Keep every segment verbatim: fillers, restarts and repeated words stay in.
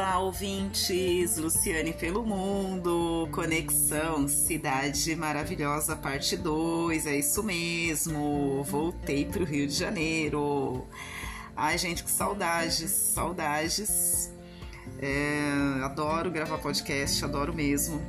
Olá, ouvintes! Luciane pelo Mundo, Conexão Cidade Maravilhosa, parte dois, é isso mesmo, voltei pro Rio de Janeiro. Ai, gente, que saudades, saudades. É, adoro gravar podcast, adoro mesmo.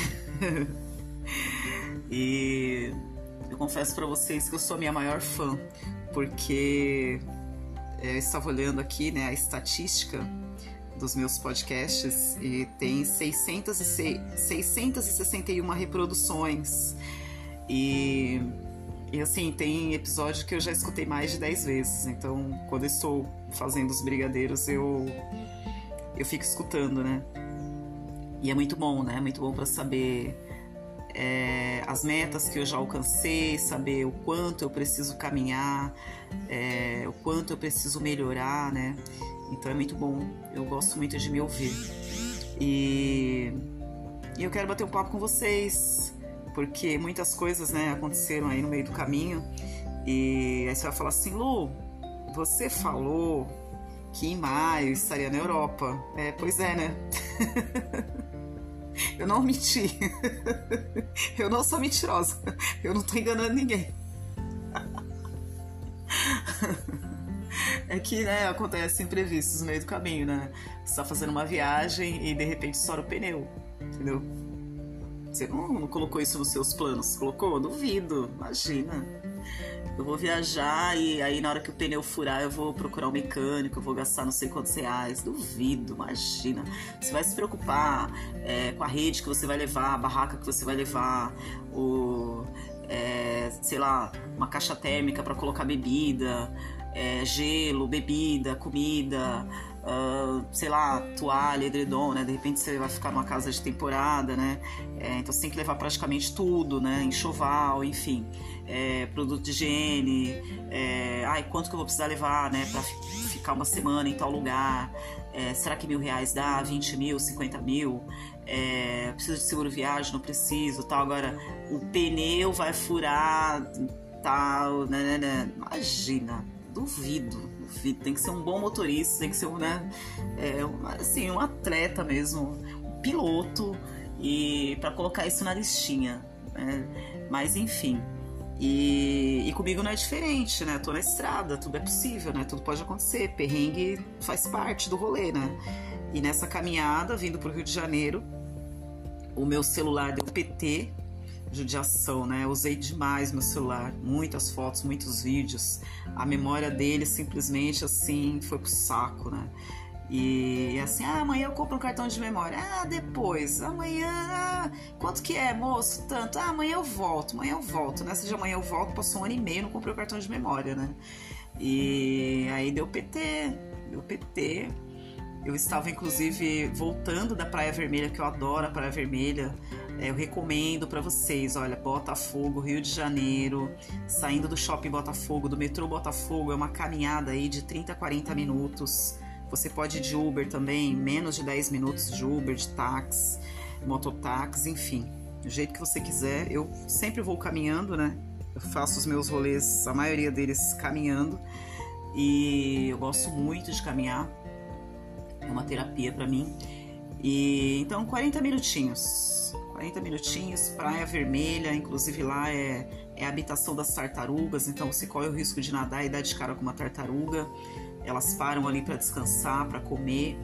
E eu confesso pra vocês que eu sou a minha maior fã, porque eu estava olhando aqui, né, a estatística dos meus podcasts e tem seiscentas e sessenta e uma reproduções e, e assim, tem episódio que eu já escutei mais de dez vezes, então quando eu estou fazendo os brigadeiros eu, eu fico escutando, né, e é muito bom, né, muito bom para saber é, as metas que eu já alcancei, saber o quanto eu preciso caminhar, é, o quanto eu preciso melhorar, né. Então é muito bom, eu gosto muito de me ouvir. E, e eu quero bater um papo com vocês, porque muitas coisas, né, aconteceram aí no meio do caminho. E aí você vai falar assim: Lu, você falou que em maio estaria na Europa. É, pois é, né? Eu não menti. Eu não sou mentirosa. Eu não tô enganando ninguém. É que, né, acontece imprevistos no meio do caminho, né? Você tá fazendo uma viagem e de repente estoura o pneu, entendeu? Você não, não colocou isso nos seus planos? Colocou? Duvido, imagina. Eu vou viajar e aí na hora que o pneu furar eu vou procurar um mecânico, eu vou gastar não sei quantos reais. Duvido, imagina. Você vai se preocupar é, com a rede que você vai levar, a barraca que você vai levar, o, é, sei lá, uma caixa térmica para colocar bebida, É, gelo, bebida, comida, uh, sei lá, toalha, edredom, né? De repente você vai ficar numa casa de temporada, né? É, então você tem que levar praticamente tudo, né? Enxoval, enfim, é, produto de higiene, é, ai, quanto que eu vou precisar levar, né? Pra f- ficar uma semana em tal lugar, é, será que mil reais dá? vinte mil, cinquenta mil? É, preciso de seguro viagem? Não preciso, tal. Agora, o pneu vai furar, tal, né, né, né. Imagina. Duvido, duvido. Tem que ser um bom motorista, tem que ser um, né, é, um, assim, um atleta mesmo, um piloto, e para colocar isso na listinha, né? Mas enfim, e, e comigo não é diferente, né? Tô na estrada, tudo é possível, né? Tudo pode acontecer, perrengue faz parte do rolê, né? E nessa caminhada, vindo pro Rio de Janeiro, o meu celular deu P T, judiação, né? Eu usei demais meu celular, muitas fotos, muitos vídeos. A memória dele simplesmente assim foi pro saco, né? E assim, ah, amanhã eu compro um cartão de memória. Ah, depois, amanhã, ah, quanto que é, moço? Tanto. Ah, amanhã eu volto, amanhã eu volto. Nessa de amanhã eu volto, passou um ano e meio, não comprei o cartão de memória, né? E aí deu P T, deu P T. Eu estava, inclusive, voltando da Praia Vermelha, que eu adoro a Praia Vermelha. É, eu recomendo para vocês, olha, Botafogo, Rio de Janeiro, saindo do Shopping Botafogo, do metrô Botafogo, é uma caminhada aí de trinta a quarenta minutos. Você pode ir de Uber também, menos de dez minutos de Uber, de táxi, mototáxi, enfim, do jeito que você quiser. Eu sempre vou caminhando, né? Eu faço os meus rolês, a maioria deles caminhando, e eu gosto muito de caminhar. É uma terapia pra mim. E então quarenta minutinhos, quarenta minutinhos, Praia Vermelha, inclusive lá é, é a habitação das tartarugas, então você corre o risco de nadar e dar de cara com uma tartaruga. Elas param ali para descansar, para comer.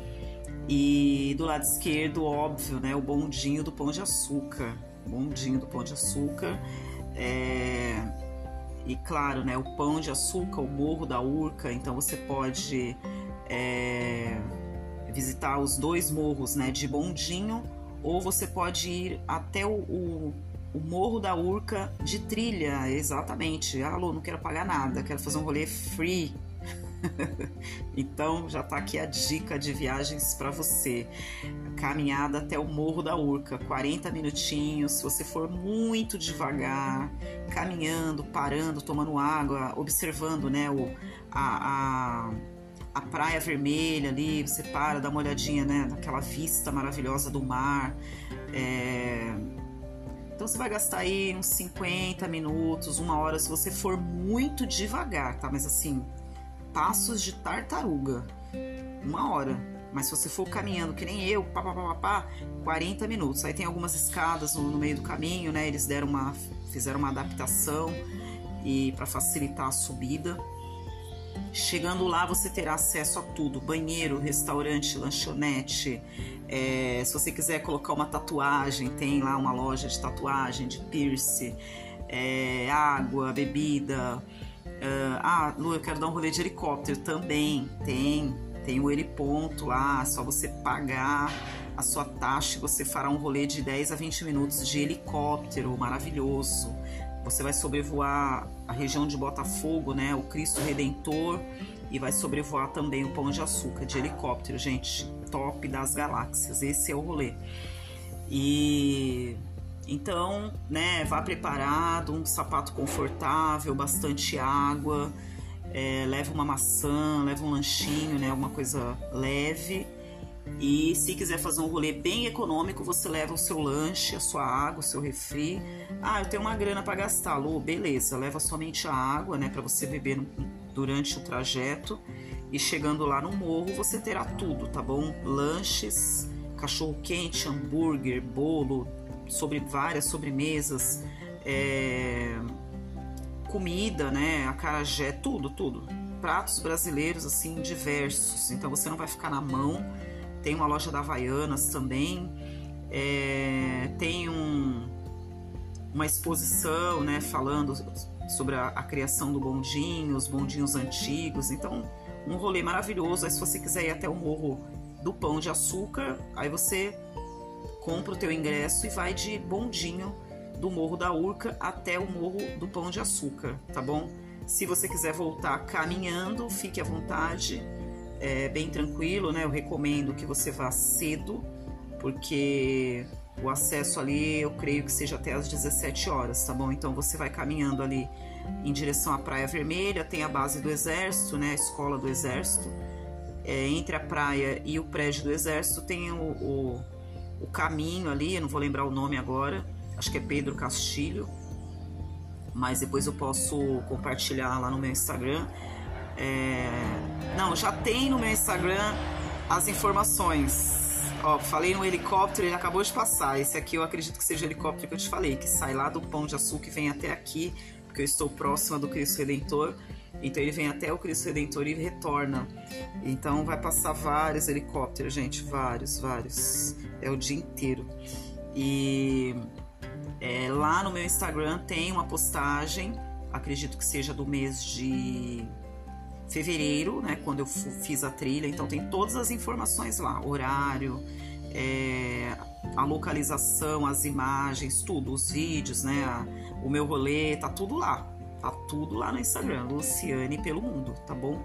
E do lado esquerdo, óbvio, né, o bondinho do Pão de Açúcar, bondinho do Pão de Açúcar. É... E claro, né, o Pão de Açúcar, o Morro da Urca, então você pode é... visitar os dois morros, né, de bondinho, ou você pode ir até o, o, o Morro da Urca de trilha, exatamente. Ah, Lu, não quero pagar nada, quero fazer um rolê free. Então já tá aqui a dica de viagens para você. Caminhada até o Morro da Urca, quarenta minutinhos. Se você for muito devagar, caminhando, parando, tomando água, observando, né, o, a, a, a Praia Vermelha ali, você para, dá uma olhadinha, né, naquela vista maravilhosa do mar. É... Então você vai gastar aí uns cinquenta minutos, uma hora, se você for muito devagar, tá? Mas assim, passos de tartaruga, uma hora. Mas se você for caminhando que nem eu, pá, pá, pá, pá, quarenta minutos. Aí tem algumas escadas no, no meio do caminho, né? Eles deram uma, fizeram uma adaptação e para facilitar a subida. Chegando lá, você terá acesso a tudo: banheiro, restaurante, lanchonete. É, se você quiser colocar uma tatuagem, tem lá uma loja de tatuagem, de piercing, é, água, bebida. Uh, ah, Lu, eu quero dar um rolê de helicóptero também. Tem, tem o heliponto lá, é só você pagar a sua taxa e você fará um rolê de dez a vinte minutos de helicóptero maravilhoso. Você vai sobrevoar a região de Botafogo, né, o Cristo Redentor, e vai sobrevoar também o Pão de Açúcar de helicóptero, gente, top das galáxias. Esse é o rolê. E então, né, vá preparado, um sapato confortável, bastante água, é, leva uma maçã, leva um lanchinho, né, alguma coisa leve. E se quiser fazer um rolê bem econômico, você leva o seu lanche, a sua água, o seu refri. Ah, eu tenho uma grana para gastar, Lu, beleza, leva somente a água, né, para você beber no, durante o trajeto. E chegando lá no morro, você terá tudo, tá bom? Lanches, cachorro quente, hambúrguer, bolo, sobre várias sobremesas, é, comida, né, acarajé, tudo, tudo. Pratos brasileiros, assim, diversos. Então você não vai ficar na mão. Tem uma loja da Havaianas também, é, tem um, uma exposição, né, falando sobre a, a criação do bondinho, os bondinhos antigos. Então, um rolê maravilhoso. Aí se você quiser ir até o Morro do Pão de Açúcar, aí você compra o teu ingresso e vai de bondinho do Morro da Urca até o Morro do Pão de Açúcar, tá bom? Se você quiser voltar caminhando, fique à vontade. É bem tranquilo, né? Eu recomendo que você vá cedo, porque o acesso ali eu creio que seja até às dezessete horas, tá bom? Então você vai caminhando ali em direção à Praia Vermelha, tem a base do Exército, né? A escola do Exército. É, entre a praia e o prédio do Exército tem o, o, o caminho ali, eu não vou lembrar o nome agora, acho que é Pedro Castilho, mas depois eu posso compartilhar lá no meu Instagram. É... Não, já tem no meu Instagram as informações. Ó, falei no helicóptero, ele acabou de passar. Esse aqui eu acredito que seja o helicóptero que eu te falei, que sai lá do Pão de Açúcar e vem até aqui, porque eu estou próxima do Cristo Redentor. Então ele vem até o Cristo Redentor e retorna. Então vai passar vários helicópteros, gente, vários, vários. É o dia inteiro. E é, lá no meu Instagram tem uma postagem, acredito que seja do mês de fevereiro, né, quando eu fiz a trilha. Então tem todas as informações lá, horário, é, a localização, as imagens, tudo, os vídeos, né, a, o meu rolê, tá tudo lá, tá tudo lá no Instagram, Luciane pelo Mundo, tá bom?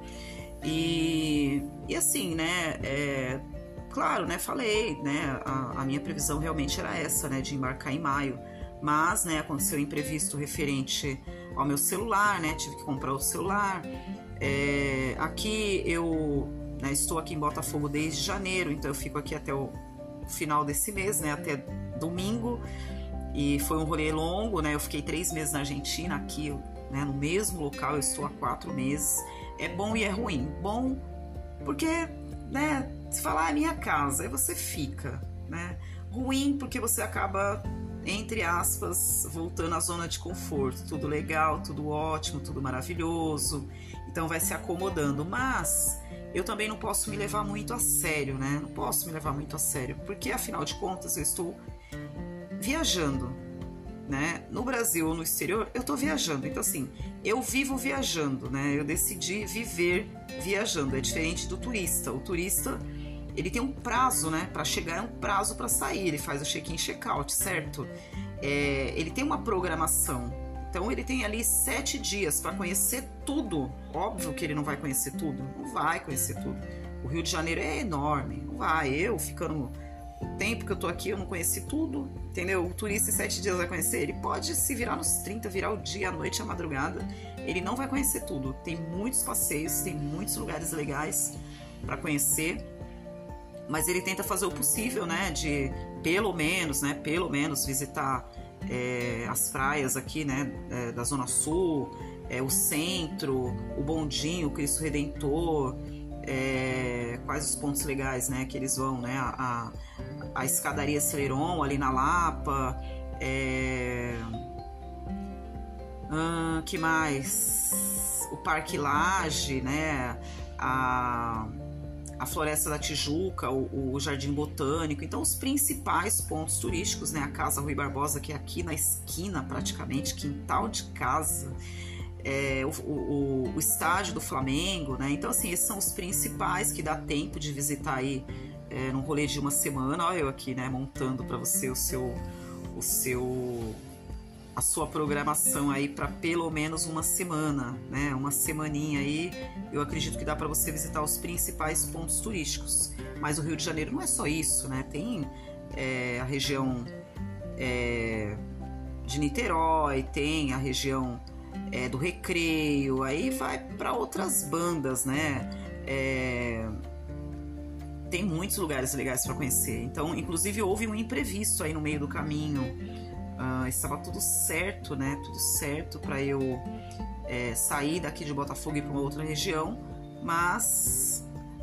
E, e assim, né, é, claro, né, falei, né, a, a minha previsão realmente era essa, né, de embarcar em maio, mas, né, aconteceu um imprevisto referente ao meu celular, né, tive que comprar outro celular. É, aqui eu, né, estou aqui em Botafogo desde janeiro, então eu fico aqui até o final desse mês, né, até domingo, e foi um rolê longo, né, eu fiquei três meses na Argentina, aqui, né, no mesmo local eu estou há quatro meses. É bom e é ruim. Bom porque, né, se falar, ah, é minha casa, aí você fica, né. Ruim porque você acaba, entre aspas, voltando à zona de conforto, tudo legal, tudo ótimo, tudo maravilhoso, então vai se acomodando. Mas eu também não posso me levar muito a sério, né? Não posso me levar muito a sério, porque afinal de contas eu estou viajando, né? No Brasil ou no exterior, eu estou viajando. Então assim, eu vivo viajando, né? Eu decidi viver viajando. É diferente do turista. O turista, ele tem um prazo, né? Para chegar é um prazo para sair. Ele faz o check-in, check-out, certo? É, ele tem uma programação. Então ele tem ali sete dias para conhecer tudo. Óbvio que ele não vai conhecer tudo. Não vai conhecer tudo. O Rio de Janeiro é enorme. Não vai. Eu, ficando o tempo que eu tô aqui, eu não conheci tudo. Entendeu? O turista em sete dias vai conhecer. Ele pode se virar nos trinta, virar o dia, a noite, a madrugada. Ele não vai conhecer tudo. Tem muitos passeios, tem muitos lugares legais para conhecer. Mas ele tenta fazer o possível, né? De pelo menos, né? Pelo menos visitar é, as praias aqui, né? É, da Zona Sul, é, o centro, o Bondinho, o Cristo Redentor, É, quais os pontos legais, né, que eles vão, né? A, a, a escadaria Celeron ali na Lapa, é, hum, que mais? O Parque Lage, né? A, a Floresta da Tijuca, o, o Jardim Botânico. Então, os principais pontos turísticos, né? A Casa Rui Barbosa, que é aqui na esquina, praticamente, quintal de casa. É, o, o, o estádio do Flamengo, né? Então, assim, esses são os principais que dá tempo de visitar aí é, num rolê de uma semana. Olha eu aqui, né? Montando para você o seu, o seu, a sua programação aí para pelo menos uma semana, né? Uma semaninha aí, eu acredito que dá para você visitar os principais pontos turísticos. Mas o Rio de Janeiro não é só isso, né? Tem é, a região é, de Niterói, tem a região É, do Recreio, aí vai para outras bandas, né? É, tem muitos lugares legais para conhecer. Então, inclusive, houve um imprevisto aí no meio do caminho. Uh, estava tudo certo, né? Tudo certo para eu é, sair daqui de Botafogo e ir para uma outra região, mas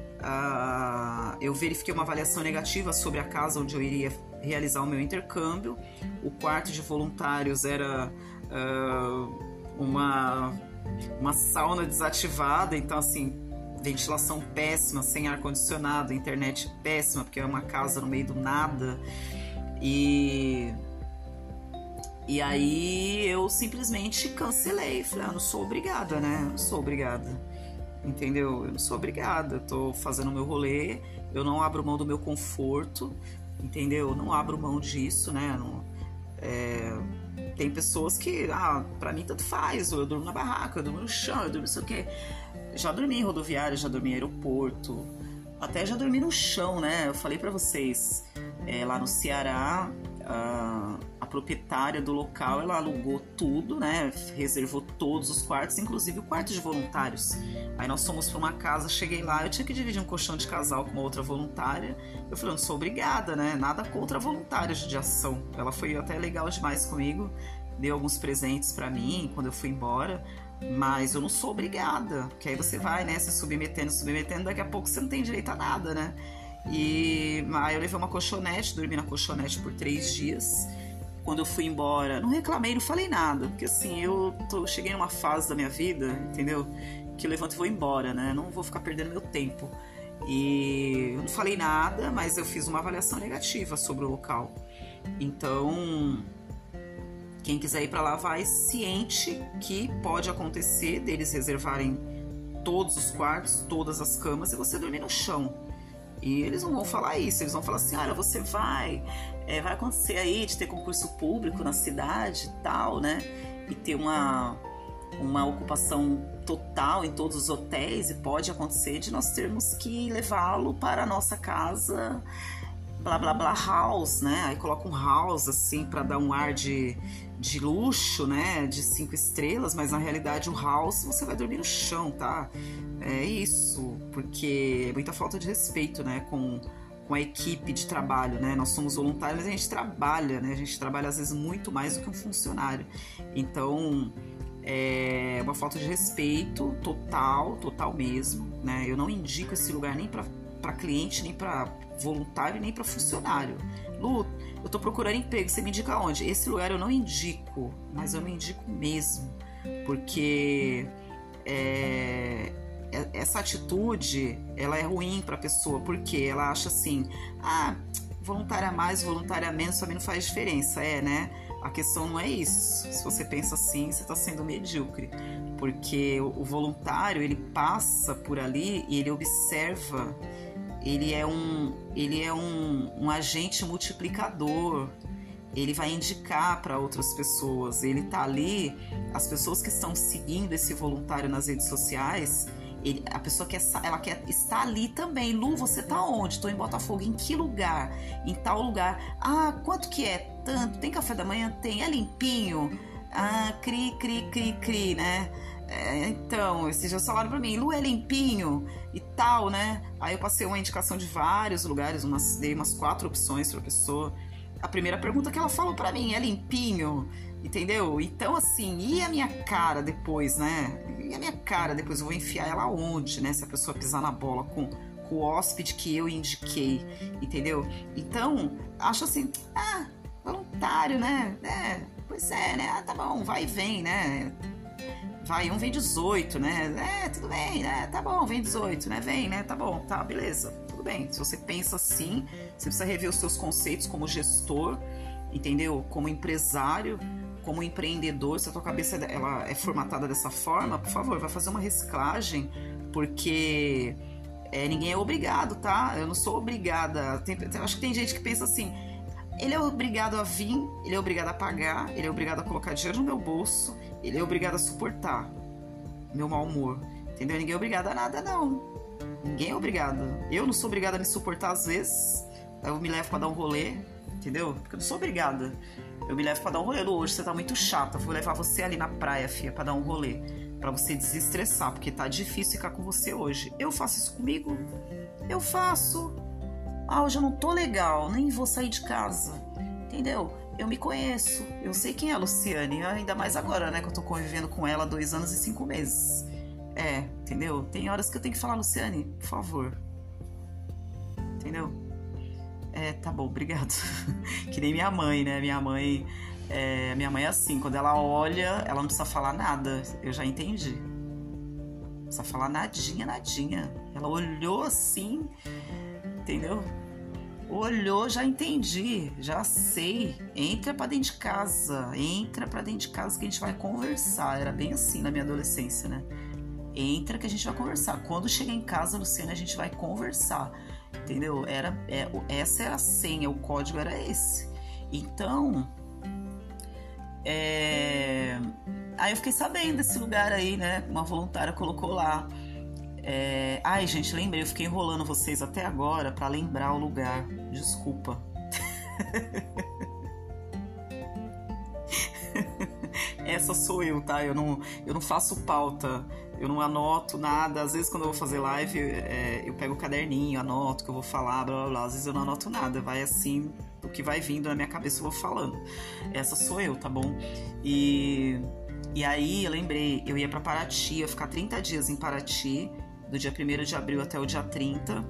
uh, eu verifiquei uma avaliação negativa sobre a casa onde eu iria realizar o meu intercâmbio. O quarto de voluntários era Uh, Uma, uma sauna desativada, então assim, ventilação péssima, sem ar-condicionado, internet péssima, porque é uma casa no meio do nada. E, e aí eu simplesmente cancelei, falei, ah, não sou obrigada, né? Eu não sou obrigada, entendeu? Eu não sou obrigada, eu tô fazendo o meu rolê, eu não abro mão do meu conforto, entendeu? Eu não abro mão disso, né? Não, é... Tem pessoas que, ah, pra mim tanto faz, eu durmo na barraca, eu durmo no chão, eu durmo não sei o quê. Já dormi em rodoviária, já dormi em aeroporto, até já dormi no chão, né? Eu falei pra vocês, é, lá no Ceará, a, a proprietária do local, ela alugou tudo, né? Reservou todos os quartos, inclusive o quarto de voluntários. Aí nós fomos pra uma casa, cheguei lá, eu tinha que dividir um colchão de casal com uma outra voluntária. Eu falei, não sou obrigada, né? Nada contra voluntários de ação. Ela foi até legal demais comigo, deu alguns presentes pra mim quando eu fui embora, mas eu não sou obrigada, porque aí você vai, né, se submetendo, submetendo, daqui a pouco você não tem direito a nada, né? E aí eu levei uma colchonete, dormi na colchonete por três dias. Quando eu fui embora, não reclamei, não falei nada, porque assim, eu tô, cheguei numa fase da minha vida, entendeu? Que eu levanto e vou embora, né? Não vou ficar perdendo meu tempo. E eu não falei nada, mas eu fiz uma avaliação negativa sobre o local. Então, quem quiser ir para lá vai ciente que pode acontecer deles reservarem todos os quartos, todas as camas e você dormir no chão. E eles não vão falar isso, eles vão falar assim, olha, você vai, é, vai acontecer aí de ter concurso público na cidade e tal, né? E ter uma, uma ocupação total em todos os hotéis e pode acontecer de nós termos que levá-lo para a nossa casa, blá blá blá house, né? Aí coloca um house assim para dar um ar de, de luxo, né? De cinco estrelas, mas na realidade o house você vai dormir no chão, tá? É isso, porque é muita falta de respeito, né? Com, com a equipe de trabalho, né? Nós somos voluntários, mas a gente trabalha, né? A gente trabalha às vezes muito mais do que um funcionário. Então é uma falta de respeito total, total mesmo, né? Eu não indico esse lugar nem para para cliente, nem para voluntário, nem para funcionário. Lu, eu tô procurando emprego, você me indica onde? Esse lugar eu não indico, mas eu não indico mesmo, porque é, essa atitude, ela é ruim para a pessoa, porque ela acha assim, ah, voluntária mais, voluntária menos, também não faz diferença, é, né? A questão não é isso. Se você pensa assim, você está sendo medíocre, porque o voluntário, ele passa por ali e ele observa. Ele é um, ele é um, um agente multiplicador, ele vai indicar para outras pessoas, ele tá ali, as pessoas que estão seguindo esse voluntário nas redes sociais, ele, a pessoa quer, ela quer estar ali também. Lu, você tá onde? Tô em Botafogo. Em que lugar? Em tal lugar. Ah, quanto que é? Tanto. Tem café da manhã? Tem. É limpinho? Ah, cri, cri, cri, cri, né? É, então, esses já falaram pra mim, Lu, é limpinho e tal, né? Aí eu passei uma indicação de vários lugares, umas, dei umas quatro opções pra pessoa. A primeira pergunta que ela falou pra mim, é limpinho? Entendeu? Então, assim, e a minha cara depois, né? E a minha cara, depois eu vou enfiar ela onde, né? Se a pessoa pisar na bola com, com o hóspede que eu indiquei, entendeu? Então, acho assim, ah, voluntário, né? É, pois é, né? Ah, tá bom, vai e vem, né? Vai, um vem dezoito, né? É, tudo bem, né? Tá bom, vem dezoito, né? Vem, né? Tá bom, tá, beleza. Tudo bem. Se você pensa assim, você precisa rever os seus conceitos como gestor, entendeu? Como empresário, como empreendedor. Se a tua cabeça ela é formatada dessa forma, por favor, vai fazer uma reciclagem, porque é, ninguém é obrigado, tá? Eu não sou obrigada. Tem, acho que tem gente que pensa assim, ele é obrigado a vir, ele é obrigado a pagar, ele é obrigado a colocar dinheiro no meu bolso, ele é obrigado a suportar meu mau humor, entendeu? Ninguém é obrigado a nada, não. Ninguém é obrigado. Eu não sou obrigada a me suportar às vezes, eu me levo pra dar um rolê, entendeu? Porque eu não sou obrigada. Eu me levo pra dar um rolê. Lu, hoje você tá muito chata, vou levar você ali na praia, filha, pra dar um rolê, pra você desestressar, porque tá difícil ficar com você hoje. Eu faço isso comigo? Eu faço. Ah, hoje eu não tô legal, nem vou sair de casa, entendeu? Eu me conheço, eu sei quem é a Luciane, ainda mais agora, né, que eu tô convivendo com ela há dois anos e cinco meses. É, entendeu? Tem horas que eu tenho que falar, Luciane, por favor. Entendeu? É, tá bom, obrigado. Que nem minha mãe, né? Minha mãe é, minha mãe é assim, quando ela olha, ela não precisa falar nada, eu já entendi. Não precisa falar nadinha, nadinha. Ela olhou assim, entendeu? Olhou, já entendi, já sei. Entra pra dentro de casa, entra pra dentro de casa que a gente vai conversar. Era bem assim na minha adolescência, né? Entra que a gente vai conversar. Quando chegar em casa, Luciana, a gente vai conversar. Entendeu? Era, é, essa era a senha, o código era esse. Então, é... aí eu fiquei sabendo desse lugar aí, né? Uma voluntária colocou lá. É... Ai, gente, lembrei, eu fiquei enrolando vocês até agora pra lembrar o lugar. Desculpa. Essa sou eu, tá? Eu não, eu não faço pauta, eu não anoto nada. Às vezes, quando eu vou fazer live, é, eu pego o caderninho, anoto o que eu vou falar, blá blá blá. Às vezes eu não anoto nada, vai assim, o que vai vindo na minha cabeça eu vou falando. Essa sou eu, tá bom? E, e aí, eu lembrei, eu ia pra Paraty, eu ia ficar trinta dias em Paraty, do dia primeiro de abril até o dia trinta.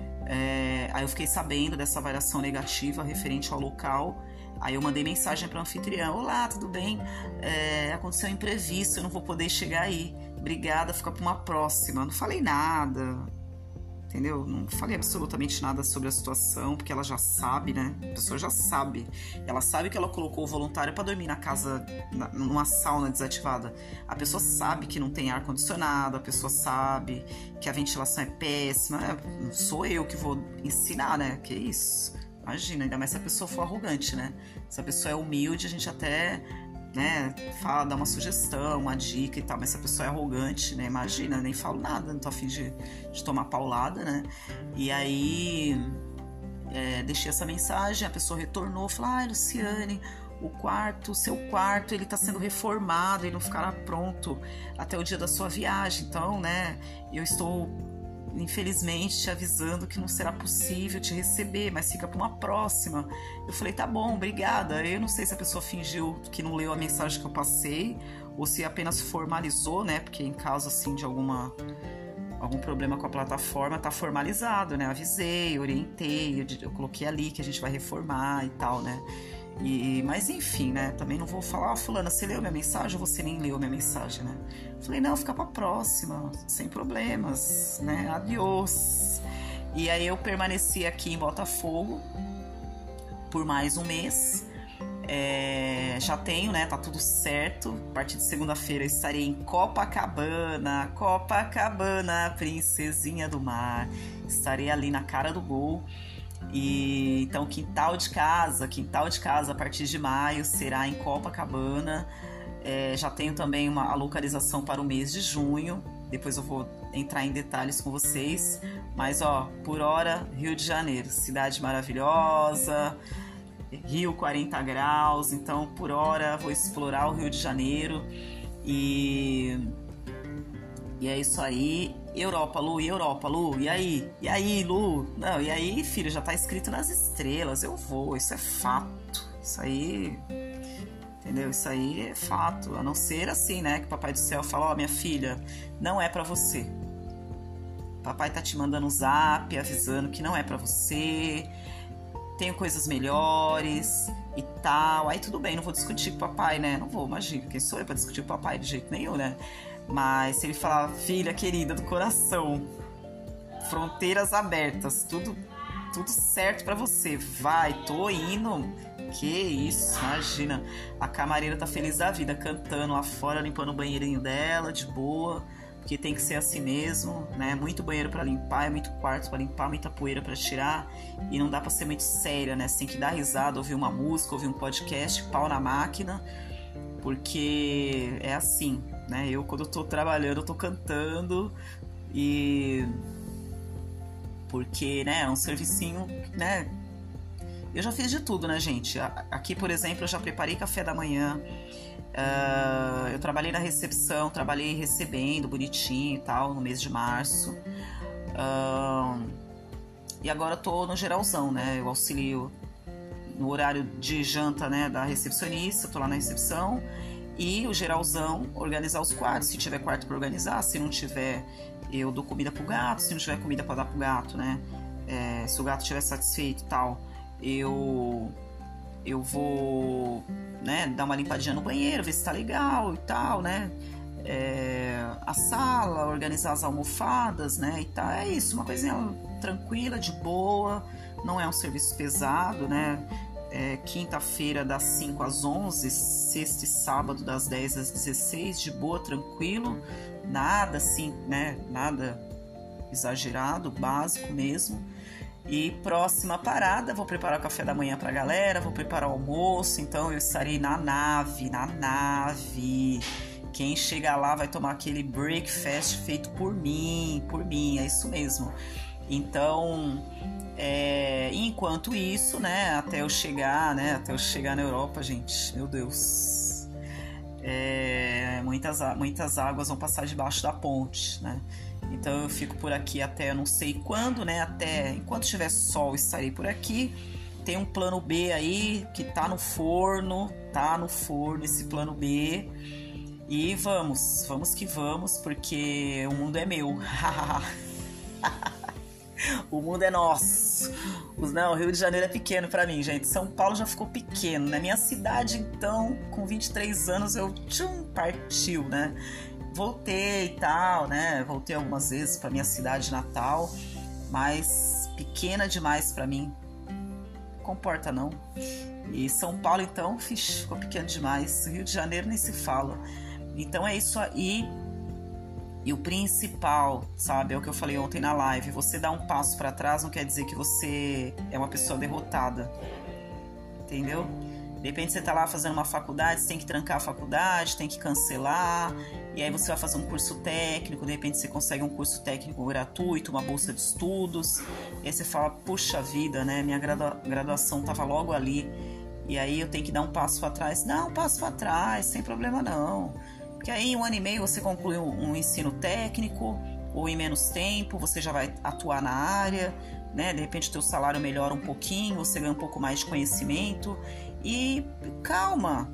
É, aí eu fiquei sabendo dessa variação negativa referente ao local. Aí eu mandei mensagem para o anfitrião: olá, tudo bem? É, aconteceu um imprevisto, eu não vou poder chegar aí. Obrigada, fica para uma próxima. Não falei nada, entendeu? Não falei absolutamente nada sobre a situação, porque ela já sabe, né? A pessoa já sabe. Ela sabe que ela colocou o voluntário para dormir na casa, na, numa sauna desativada. A pessoa sabe que não tem ar-condicionado, a pessoa sabe que a ventilação é péssima. Não sou eu que vou ensinar, né? Que isso? Imagina, ainda mais se a pessoa for arrogante, né? Se a pessoa é humilde, a gente até, né, fala, dá uma sugestão, uma dica e tal, mas se a pessoa é arrogante, né, imagina, eu nem falo nada, não tô a fim de, de tomar paulada, né? E aí, é, deixei essa mensagem, a pessoa retornou, falou: ai, Luciane, o quarto, o seu quarto, ele tá sendo reformado, ele não ficará pronto até o dia da sua viagem, então, né, eu estou... infelizmente te avisando que não será possível te receber, mas fica para uma próxima. Eu falei: tá bom, obrigada. Eu não sei se a pessoa fingiu que não leu a mensagem que eu passei ou se apenas formalizou, né? Porque em caso assim de alguma algum problema com a plataforma, tá formalizado, né? Avisei, orientei, eu, eu coloquei ali que a gente vai reformar e tal, né? E, mas enfim, né? Também não vou falar: ó, fulana, você leu minha mensagem ou você nem leu minha mensagem, né? Falei: não, fica pra próxima, sem problemas, né? Adiós. E aí eu permaneci aqui em Botafogo por mais um mês. É, já tenho, né? Tá tudo certo. A partir de segunda-feira eu estarei em Copacabana, Copacabana, princesinha do mar. Estarei ali na cara do gol. E então quintal de casa, quintal de casa a partir de maio será em Copacabana. É, já tenho também uma, a localização para o mês de junho. Depois eu vou entrar em detalhes com vocês. Mas ó, por hora, Rio de Janeiro, cidade maravilhosa, Rio quarenta graus. Então por hora vou explorar o Rio de Janeiro. E, e é isso aí. Europa, Lu, e Europa, Lu, e aí? E aí, Lu? Não, e aí, filho, já tá escrito nas estrelas, eu vou, isso é fato, isso aí, Entendeu? Isso aí é fato. A não ser assim, né? Que o Papai do Céu fala, ó, oh, minha filha, não é pra você. Papai tá te mandando um zap avisando que não é pra você. Tenho coisas melhores e tal. Aí tudo bem, não vou discutir com o papai, né? Não vou, imagina. Quem sou eu pra discutir com o papai? De jeito nenhum, né? Mas se ele falar, filha querida do coração, fronteiras abertas, tudo, tudo certo pra você. Vai, tô indo. Que isso, imagina. A camareira tá feliz da vida, cantando lá fora, limpando o banheirinho dela, de boa. Porque tem que ser assim mesmo, né? Muito banheiro pra limpar, é muito quarto pra limpar, muita poeira pra tirar. E não dá pra ser muito séria, né? Você tem que dar risada, ouvir uma música, ouvir um podcast, pau na máquina. Porque é assim, né? Eu, quando eu tô trabalhando, eu tô cantando. E... Porque, né? É um servicinho, né? Eu já fiz de tudo, né, gente? Aqui, por exemplo, eu já preparei café da manhã. Uh, eu trabalhei na recepção, trabalhei recebendo bonitinho e tal, no mês de março. Uh, e agora eu tô no geralzão, né? Eu auxilio no horário de janta, né, da recepcionista, tô lá na recepção. E o geralzão, organizar os quartos, se tiver quarto para organizar, se não tiver, eu dou comida pro gato, se não tiver comida para dar pro gato, né? É, se o gato estiver satisfeito e tal, eu... eu vou, né, dar uma limpadinha no banheiro, ver se tá legal e tal, né, é, a sala, organizar as almofadas, né, e tal, é isso, uma coisinha tranquila, de boa, não é um serviço pesado, né, é, quinta-feira das cinco às onze, sexta e sábado das dez às dezesseis, de boa, tranquilo, nada assim, né, nada exagerado, básico mesmo. E próxima parada, vou preparar o café da manhã pra galera, vou preparar o almoço, então eu estarei na nave, na nave. Quem chegar lá vai tomar aquele breakfast feito por mim, por mim, é isso mesmo. Então, é, enquanto isso, né, até eu chegar, né, até eu chegar na Europa, gente, meu Deus, é, muitas, muitas águas vão passar debaixo da ponte, né? Então eu fico por aqui até não sei quando, né? Até enquanto tiver sol estarei por aqui. Tem um plano B aí que tá no forno, tá no forno esse plano B. E vamos, vamos que vamos, porque o mundo é meu. O mundo é nosso. Não, o Rio de Janeiro é pequeno pra mim, gente. São Paulo já ficou pequeno. Na minha cidade, então, com vinte e três anos, eu tchum, partiu, né? Voltei e tal, né? Voltei algumas vezes pra minha cidade natal, mas pequena demais pra mim. Comporta não. E São Paulo, então, fixe, ficou pequeno demais. Rio de Janeiro nem se fala. Então é isso aí. E o principal, sabe, é o que eu falei ontem na live. Você dar um passo pra trás não quer dizer que você é uma pessoa derrotada. Entendeu? De repente você tá lá fazendo uma faculdade, você tem que trancar a faculdade, tem que cancelar, e aí você vai fazer um curso técnico, de repente você consegue um curso técnico gratuito, uma bolsa de estudos, e aí você fala, puxa vida, né, minha gradua- graduação tava logo ali, e aí eu tenho que dar um passo para trás. Não, um passo para trás, sem problema não, porque aí em um ano e meio você conclui um, um ensino técnico, ou em menos tempo, você já vai atuar na área, né, de repente o teu salário melhora um pouquinho, você ganha um pouco mais de conhecimento. E calma,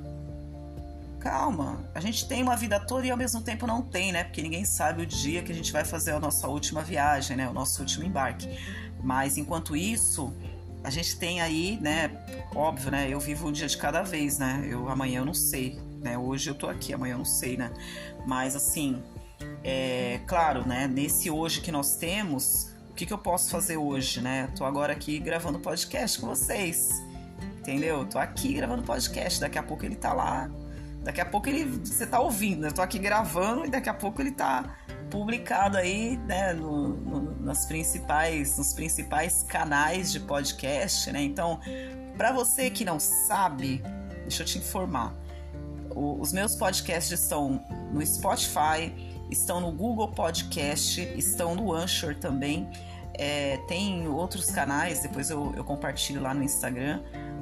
calma, a gente tem uma vida toda e ao mesmo tempo não tem, né? Porque ninguém sabe o dia que a gente vai fazer a nossa última viagem, né? O nosso último embarque. Mas enquanto isso, a gente tem aí, né? Óbvio, né? Eu vivo um dia de cada vez, né? Eu, amanhã eu não sei, né? Hoje eu tô aqui, amanhã eu não sei, né? Mas assim, é claro, né? Nesse hoje que nós temos, o que, que eu posso fazer hoje, né? Tô agora aqui gravando podcast com vocês. Entendeu? Tô aqui gravando podcast, daqui a pouco ele tá lá, daqui a pouco ele, você tá ouvindo, eu tô aqui gravando e daqui a pouco ele tá publicado aí, né, no, no, nas principais, nos principais canais de podcast, né? Então, para você que não sabe, deixa eu te informar, o, os meus podcasts estão no Spotify, estão no Google Podcast, estão no Anchor também, é, tem outros canais, depois eu, eu compartilho lá no Instagram.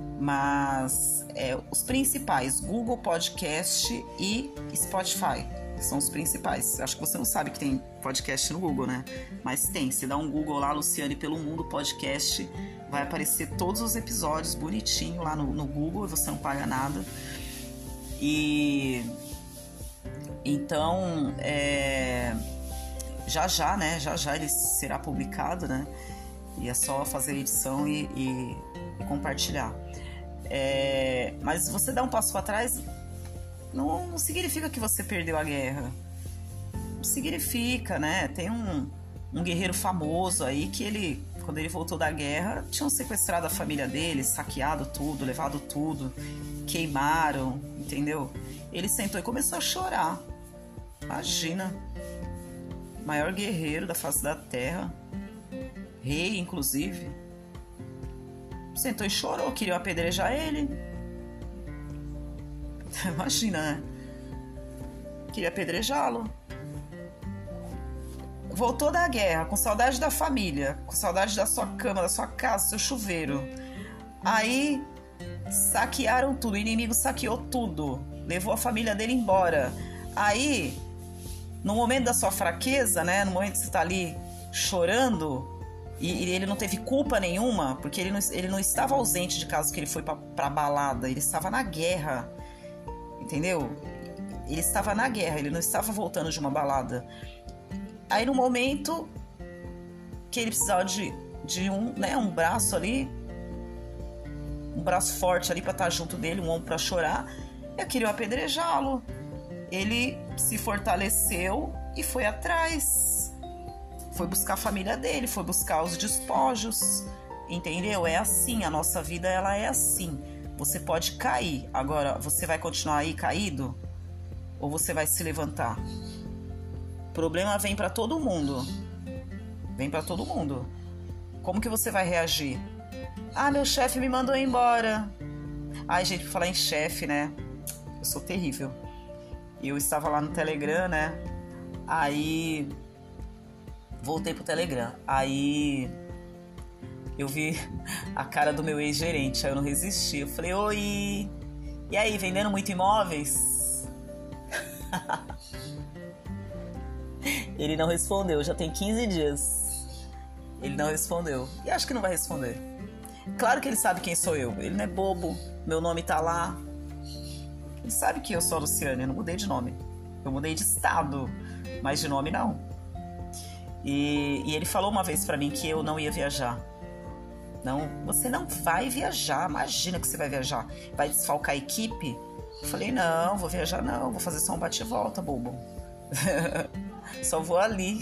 Mas é, os principais, Google Podcast e Spotify, são os principais. Acho que você não sabe que tem podcast no Google, né? Mas tem, se dá um Google lá, Luciane Pelo Mundo Podcast, vai aparecer todos os episódios bonitinho lá no, no Google e você não paga nada. E então, é, já já, né? Já já ele será publicado, né? E é só fazer a edição e, e, e compartilhar. É, mas você dar um passo para trás não, não significa que você perdeu a guerra. Não significa, né? Tem um, um guerreiro famoso aí que ele, quando ele voltou da guerra, tinham sequestrado a família dele, saqueado tudo, levado tudo, queimaram, entendeu? Ele sentou e começou a chorar. Imagina, maior guerreiro da face da terra, rei inclusive, sentou e chorou, queriam apedrejar ele. Imagina, né? Queria apedrejá-lo. Voltou da guerra, com saudade da família, com saudade da sua cama, da sua casa, do seu chuveiro. Aí saquearam tudo, o inimigo saqueou tudo, levou a família dele embora. Aí, no momento da sua fraqueza, né, no momento que você tá ali chorando, e, e ele não teve culpa nenhuma, porque ele não, ele não estava ausente de casa que ele foi pra, pra balada, ele estava na guerra, entendeu? Ele estava na guerra, ele não estava voltando de uma balada. Aí no momento que ele precisava de, de um, né, um braço ali, um braço forte ali pra estar junto dele, um ombro pra chorar, eu queria apedrejá-lo. Ele se fortaleceu e foi atrás. Foi buscar a família dele, foi buscar os despojos, entendeu? É assim, a nossa vida ela é assim. Você pode cair, agora você vai continuar aí caído? Ou você vai se levantar? O problema vem pra todo mundo. Vem pra todo mundo. Como que você vai reagir? Ah, meu chefe me mandou embora. Ai, gente, pra falar em chefe, né? Eu sou terrível. Eu estava lá no Telegram, né? Aí voltei pro Telegram. Aí eu vi a cara do meu ex-gerente. Aí eu não resisti. Eu falei, oi! E aí, vendendo muito imóveis? Ele não respondeu, já tem quinze dias. Ele não respondeu. E acho que não vai responder. Claro que ele sabe quem sou eu. Ele não é bobo. Meu nome tá lá. Ele sabe que eu sou a Luciane. Eu não mudei de nome. Eu mudei de estado. Mas de nome não. E, e ele falou uma vez pra mim que eu não ia viajar. Não, você não vai viajar. Imagina que você vai viajar. Vai desfalcar a equipe? Eu falei, não, vou viajar não. Vou fazer só um bate e volta, bobo. Só vou ali.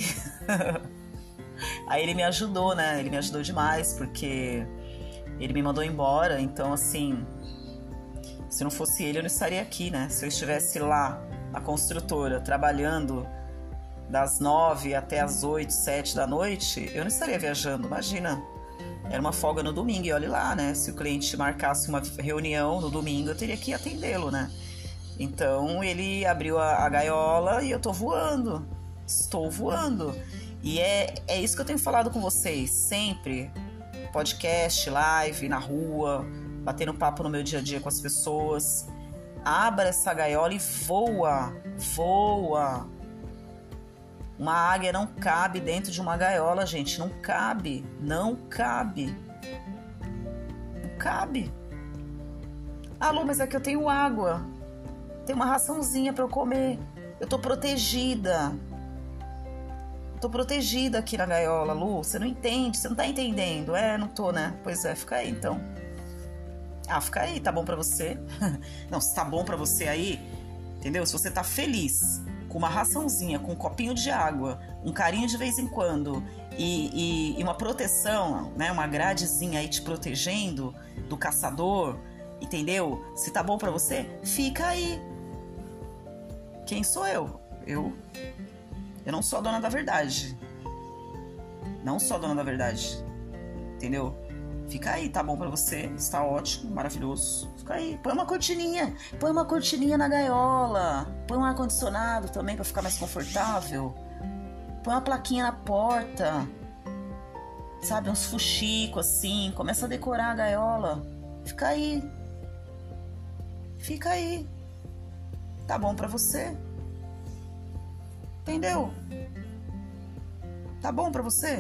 Aí ele me ajudou, né? Ele me ajudou demais, porque ele me mandou embora. Então, assim, se não fosse ele, eu não estaria aqui, né? Se eu estivesse lá, na construtora, trabalhando das nove até as oito, sete da noite, eu não estaria viajando, imagina. Era uma folga no domingo, e olhe lá, né? Se o cliente marcasse uma reunião no domingo, eu teria que atendê-lo, né? Então, ele abriu a, a gaiola e eu tô voando. Estou voando. E é, é isso que eu tenho falado com vocês, sempre. Podcast, live, na rua, batendo papo no meu dia a dia com as pessoas. Abra essa gaiola e voa. Voa. Uma águia não cabe dentro de uma gaiola, gente. Não cabe. Não cabe. Não cabe. Ah, Lu, mas é que eu tenho água. Tem uma raçãozinha pra eu comer. Eu tô protegida. Eu tô protegida aqui na gaiola, Lu. Você não entende, você não tá entendendo. É, não tô, né? Pois é, fica aí então. Ah, fica aí, tá bom pra você? Não, se tá bom pra você aí, entendeu? Se você tá feliz com uma raçãozinha, com um copinho de água, um carinho de vez em quando e, e, e uma proteção, né? Uma gradezinha aí te protegendo do caçador, entendeu? Se tá bom pra você, fica aí. Quem sou eu? Eu, eu não sou a dona da verdade. Não sou a dona da verdade. Entendeu? Fica aí, tá bom pra você. Está ótimo, maravilhoso. Fica aí. Põe uma cortininha. Põe uma cortininha na gaiola. Põe um ar-condicionado também pra ficar mais confortável. Põe uma plaquinha na porta. Sabe, uns fuxicos assim. Começa a decorar a gaiola. Fica aí. Fica aí. Tá bom pra você? Entendeu? Tá bom pra você?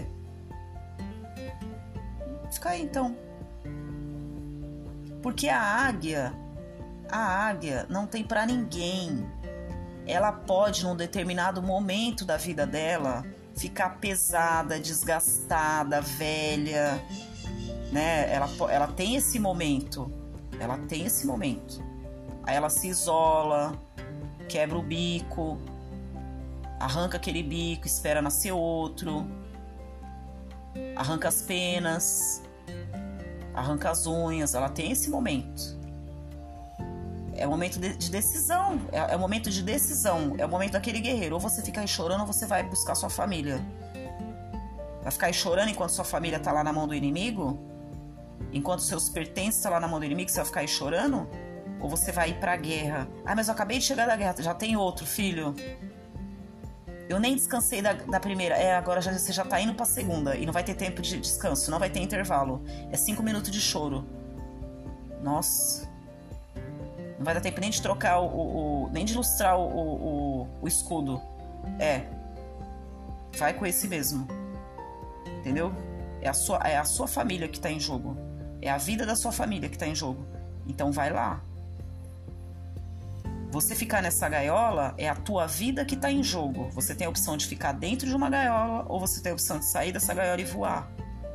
Fica aí então. Porque a águia, A águia não tem pra ninguém. Ela pode, num determinado momento da vida dela, ficar pesada, desgastada, velha, né? Ela, ela tem esse momento. Ela tem esse momento. Aí ela se isola, quebra o bico, arranca aquele bico, espera nascer outro, arranca as penas, arranca as unhas. Ela tem esse momento. É o momento de, de decisão. É, é o momento de decisão. É o momento daquele guerreiro. Ou você fica aí chorando ou você vai buscar sua família. Vai ficar aí chorando enquanto sua família tá lá na mão do inimigo? Enquanto seus pertences estão lá na mão do inimigo, você vai ficar aí chorando? Ou você vai ir pra guerra? Ah, mas eu acabei de chegar da guerra. Já tem outro, filho. Eu nem descansei da, da primeira. É, agora já, você já tá indo pra segunda. E não vai ter tempo de descanso. Não vai ter intervalo. É cinco minutos de choro. Nossa. Não vai dar tempo nem de trocar o... o, o nem de ilustrar o, o, o escudo. É. Vai com esse mesmo. Entendeu? É a sua, é a sua família que tá em jogo. É a vida da sua família que tá em jogo. Então vai lá. Você ficar nessa gaiola é a tua vida que tá em jogo. Você tem a opção de ficar dentro de uma gaiola ou você tem a opção de sair dessa gaiola e voar.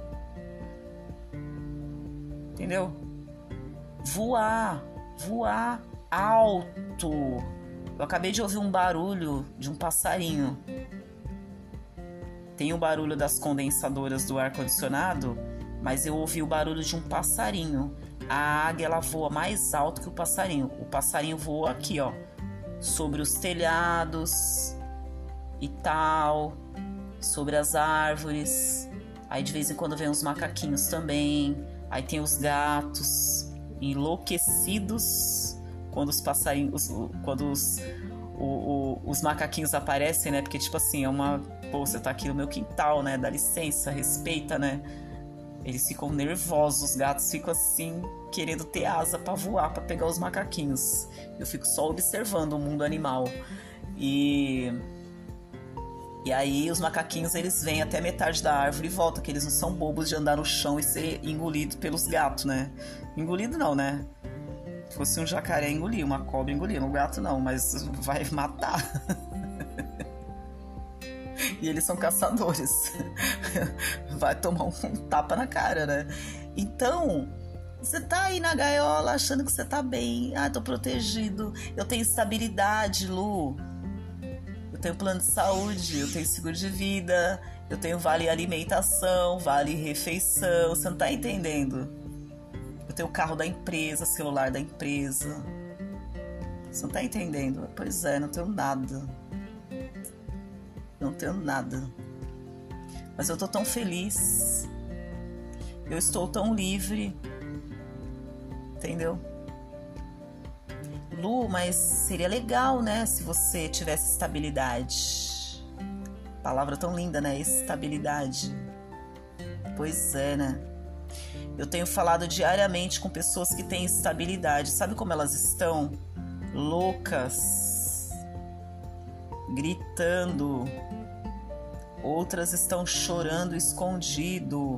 Entendeu? Voar. Voar alto. Eu acabei de ouvir um barulho de um passarinho. Tem o barulho das condensadoras do ar-condicionado, mas eu ouvi o barulho de um passarinho. A águia, ela voa mais alto que o passarinho. O passarinho voa aqui, ó, sobre os telhados e tal, sobre as árvores. Aí de vez em quando vem os macaquinhos também. Aí tem os gatos enlouquecidos quando os passarinhos, quando os, o, o, os macaquinhos aparecem, né? Porque, tipo assim, é uma... Pô, você tá aqui no meu quintal, né? Dá licença, respeita, né? Eles ficam nervosos, os gatos ficam assim, querendo ter asa pra voar, pra pegar os macaquinhos. Eu fico só observando o mundo animal. E... E aí os macaquinhos, eles vêm até metade da árvore e voltam, que eles não são bobos de andar no chão e ser engolido pelos gatos, né? Engolido não, né? Se fosse um jacaré engolir, uma cobra engolir, um gato não, mas vai matar. E eles são caçadores. Vai tomar um tapa na cara, né? Então, você tá aí na gaiola achando que você tá bem. Ah, tô protegido. Eu tenho estabilidade, Lu. Eu tenho plano de saúde, eu tenho seguro de vida, eu tenho vale alimentação, vale refeição. Você não tá entendendo? Eu tenho o carro da empresa, celular da empresa. Você não tá entendendo? Pois é, não tenho nada. Não tenho nada. Mas eu tô tão feliz. Eu estou tão livre. Entendeu? Lu, mas seria legal, né? Se você tivesse estabilidade. Palavra tão linda, né? Estabilidade. Pois é, né? Eu tenho falado diariamente com pessoas que têm estabilidade. Sabe como elas estão? Loucas. Gritando. Outras estão chorando escondido.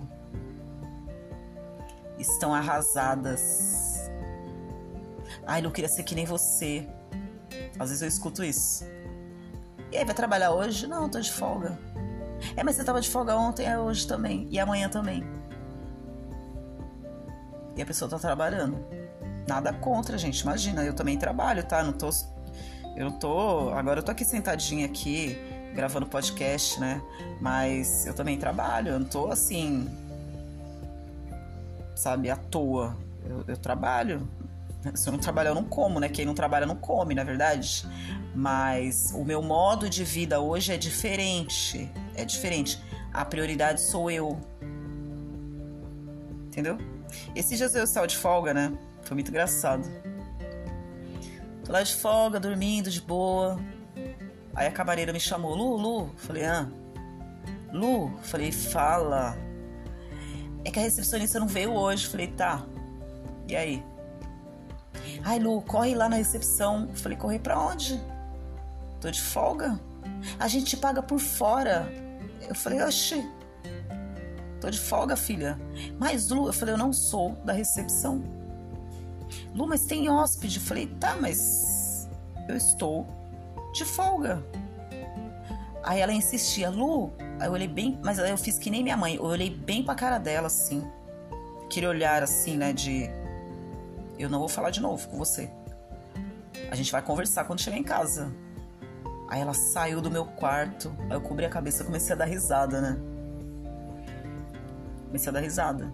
Estão arrasadas. Ai, não queria ser que nem você. Às vezes eu escuto isso. E aí, vai trabalhar hoje? Não, tô de folga. É, mas você tava de folga ontem, é hoje também. E amanhã também. E a pessoa tá trabalhando. Nada contra, gente. Imagina, eu também trabalho, tá? Não tô... Eu não tô... Agora eu tô aqui sentadinha aqui, gravando podcast, né? Mas eu também trabalho. Eu não tô assim... Sabe, à toa. Eu, eu trabalho. Se eu não trabalhar, eu não como, né? Quem não trabalha não come, na é verdade. Mas o meu modo de vida hoje é diferente. É diferente. A prioridade sou eu. Entendeu? Esses dias eu estava de folga, né? Foi muito engraçado. Tô lá de folga, dormindo, de boa. Aí a camareira me chamou. Lu, Lu. Falei, ah. Lu. Falei, fala. É que a recepcionista não veio hoje. Falei, tá. E aí? Ai, Lu, corre lá na recepção. Falei, correr pra onde? Tô de folga. A gente te paga por fora. Eu falei, oxi. Tô de folga, filha. Mas, Lu, eu falei, eu não sou da recepção. Lu, mas tem hóspede. Eu falei, tá, mas eu estou de folga. Aí ela insistia, Lu, aí eu olhei bem, mas aí eu fiz que nem minha mãe, eu olhei bem pra cara dela, assim, aquele olhar assim, né, de eu não vou falar de novo com você, a gente vai conversar quando chegar em casa. Aí ela saiu do meu quarto, aí eu cobri a cabeça e comecei a dar risada, né, comecei a dar risada.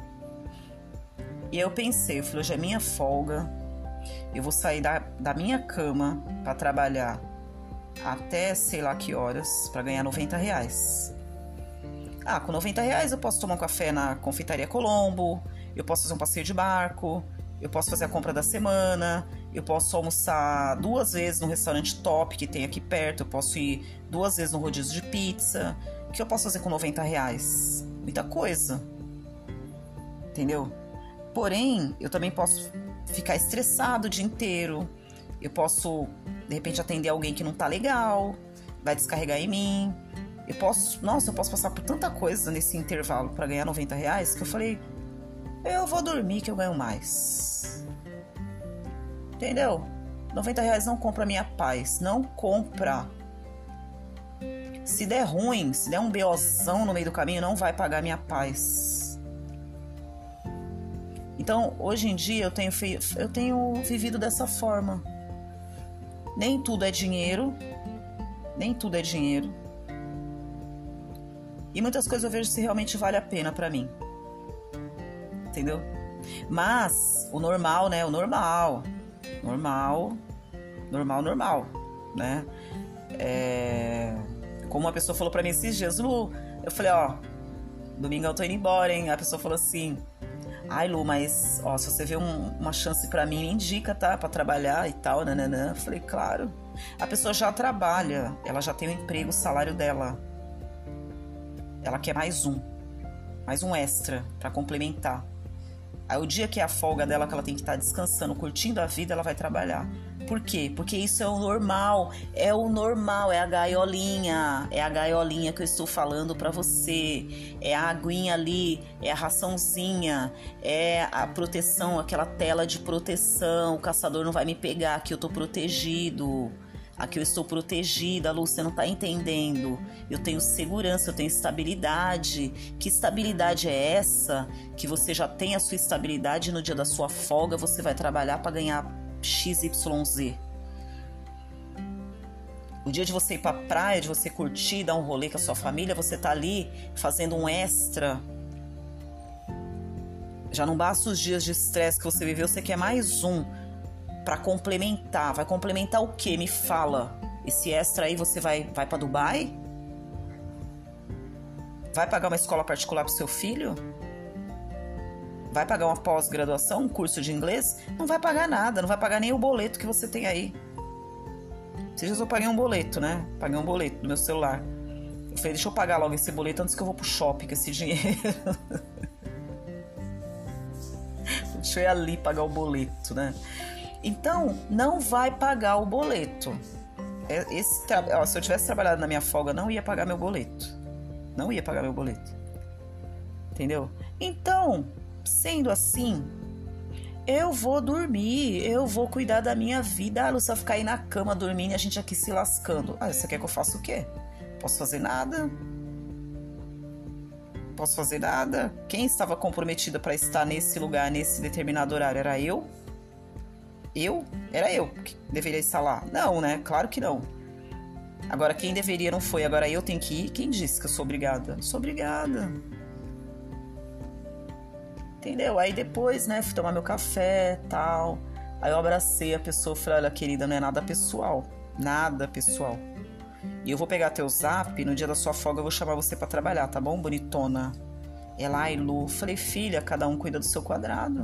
E aí eu pensei, eu falei, hoje é minha folga, eu vou sair da, da minha cama pra trabalhar até sei lá que horas pra ganhar noventa reais. Ah, com noventa reais eu posso tomar um café na Confeitaria Colombo, eu posso fazer um passeio de barco, eu posso fazer a compra da semana, eu posso almoçar duas vezes no restaurante top que tem aqui perto, eu posso ir duas vezes no rodízio de pizza. O que eu posso fazer com noventa reais? Muita coisa. Entendeu? Porém, eu também posso ficar estressado o dia inteiro. Eu posso, de repente, atender alguém que não tá legal, vai descarregar em mim. Eu posso, nossa, eu posso passar por tanta coisa nesse intervalo pra ganhar noventa reais que eu falei, eu vou dormir que eu ganho mais. Entendeu? noventa reais não compra minha paz, não compra. Se der ruim, se der um beozão no meio do caminho, não vai pagar minha paz. Então, hoje em dia, eu tenho, fe... eu tenho vivido dessa forma. Nem tudo é dinheiro, nem tudo é dinheiro. E muitas coisas eu vejo se realmente vale a pena pra mim. Entendeu? Mas, o normal, né? O normal. Normal. Normal, normal. Né? É... Como uma pessoa falou pra mim esses dias, Lu, eu falei, ó, domingo eu tô indo embora, hein? A pessoa falou assim, ai, Lu, mas, ó, se você vê um, uma chance pra mim, me indica, tá? Pra trabalhar e tal, nananã. Eu falei, claro. A pessoa já trabalha, ela já tem um emprego, o salário dela. Ela quer mais um. Mais um extra pra complementar. Aí o dia que é a folga dela, que ela tem que estar descansando, curtindo a vida, ela vai trabalhar. Por quê? Porque isso é o normal. É o normal, é a gaiolinha. É a gaiolinha que eu estou falando pra você. É a aguinha ali, é a raçãozinha, é a proteção, aquela tela de proteção. O caçador não vai me pegar, aqui eu tô protegido. Aqui eu estou protegida, Lu, você não tá entendendo. Eu tenho segurança, eu tenho estabilidade. Que estabilidade é essa? Que você já tem a sua estabilidade e no dia da sua folga você vai trabalhar para ganhar X Y Z. O dia de você ir pra praia, de você curtir, dar um rolê com a sua família, você tá ali fazendo um extra. Já não basta os dias de estresse que você viveu, você quer mais um. Pra complementar. Vai complementar o quê? Me fala. Esse extra aí você vai, vai pra Dubai? Vai pagar uma escola particular pro seu filho? Vai pagar uma pós-graduação, um curso de inglês? Não vai pagar nada, não vai pagar nem o boleto que você tem aí. Esses dias eu paguei um boleto, né? Paguei um boleto do meu celular. Eu falei, deixa eu pagar logo esse boleto antes que eu vou pro shopping com esse dinheiro. Deixa eu ir ali pagar o boleto, né? Então, não vai pagar o boleto. Esse tra... Ó, se eu tivesse trabalhado na minha folga, não ia pagar meu boleto. Não ia pagar meu boleto. Entendeu? Então, sendo assim, eu vou dormir, eu vou cuidar da minha vida. Ah, Lúcia, ficar aí na cama dormindo e a gente aqui se lascando. Ah, você quer que eu faça o quê? Posso fazer nada? Posso fazer nada? Quem estava comprometida para estar nesse lugar, nesse determinado horário, era eu? Eu? Era eu que deveria estar lá? Não, né? Claro que não. Agora, quem deveria não foi. Agora eu tenho que ir? Quem disse que eu sou obrigada? Não sou obrigada. Entendeu? Aí depois, né, fui tomar meu café e tal. Aí eu abracei a pessoa e falei, olha, querida, não é nada pessoal. Nada pessoal. E eu vou pegar teu zap, no dia da sua folga eu vou chamar você pra trabalhar, tá bom, bonitona? Ela, ai, Lu. Falei, filha, cada um cuida do seu quadrado.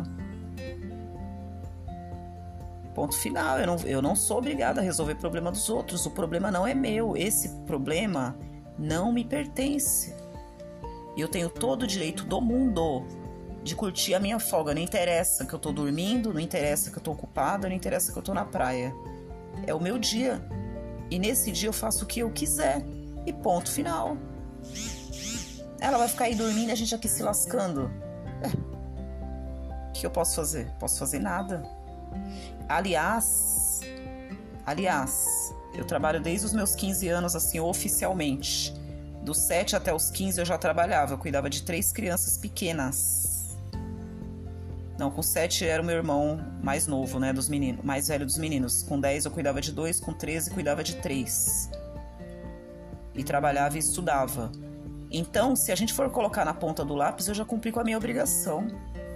Ponto final. Eu não, eu não sou obrigada a resolver o problema dos outros. O problema não é meu. Esse problema não me pertence. E eu tenho todo o direito do mundo de curtir a minha folga. Não interessa que eu tô dormindo, não interessa que eu tô ocupada, não interessa que eu tô na praia. É o meu dia. E nesse dia eu faço o que eu quiser. E ponto final. Ela vai ficar aí dormindo e a gente aqui se lascando. É. que eu posso fazer? Posso fazer nada. Aliás, aliás, eu trabalho desde os meus quinze anos, assim, oficialmente. Dos sete até os quinze eu já trabalhava, eu cuidava de três crianças pequenas. Não, com sete era o meu irmão mais novo, né, dos meninos, mais velho dos meninos. Com dez eu cuidava de dois, com treze cuidava de três. E trabalhava e estudava. Então, se a gente for colocar na ponta do lápis, eu já cumpri com a minha obrigação.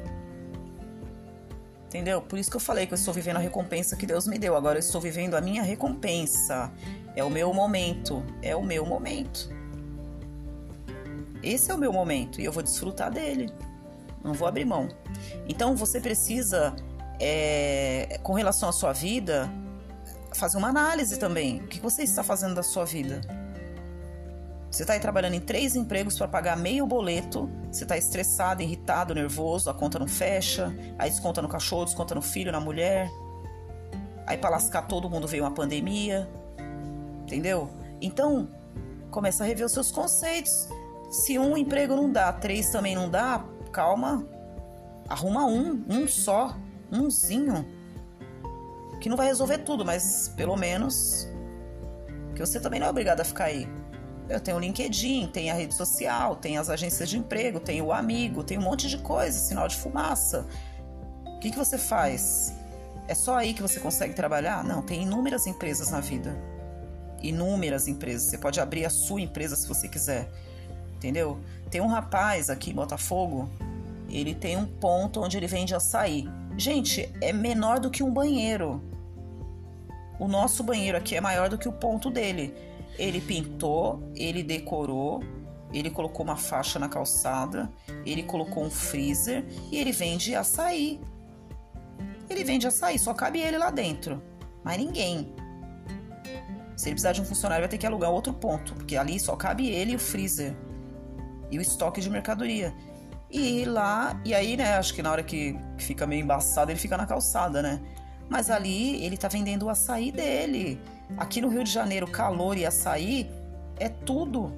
Entendeu? Por isso que eu falei que eu estou vivendo a recompensa que Deus me deu. Agora eu estou vivendo a minha recompensa. É o meu momento. É o meu momento. Esse é o meu momento. E eu vou desfrutar dele. Não vou abrir mão. Então você precisa, é, com relação à sua vida, fazer uma análise também. O que você está fazendo da sua vida? Você está aí trabalhando em três empregos para pagar meio boleto. Você está estressado, irritado, nervoso, a conta não fecha. Aí desconta no cachorro, desconta no filho, na mulher. Aí para lascar todo mundo veio uma pandemia. Entendeu? Então, começa a rever os seus conceitos. Se um emprego não dá, três também não dá, calma. Arruma um, um só, umzinho. Que não vai resolver tudo, mas pelo menos... que você também não é obrigado a ficar aí. Eu tenho o LinkedIn, tem a rede social, tem as agências de emprego, tem o amigo, tem um monte de coisa, sinal de fumaça. O que, que você faz? É só aí que você consegue trabalhar? Não, tem inúmeras empresas na vida. Inúmeras empresas. Você pode abrir a sua empresa se você quiser. Entendeu? Tem um rapaz aqui em Botafogo, ele tem um ponto onde ele vende açaí. Gente, é menor do que um banheiro. O nosso banheiro aqui é maior do que o ponto dele. Ele pintou, ele decorou, ele colocou uma faixa na calçada, ele colocou um freezer e ele vende açaí. Ele vende açaí, só cabe ele lá dentro, mas ninguém. Se ele precisar de um funcionário, vai ter que alugar outro ponto, porque ali só cabe ele e o freezer e o estoque de mercadoria. E lá, e aí, né, acho que na hora que fica meio embaçado, ele fica na calçada, né? Mas ali ele tá vendendo o açaí dele. Aqui no Rio de Janeiro, calor e açaí é tudo.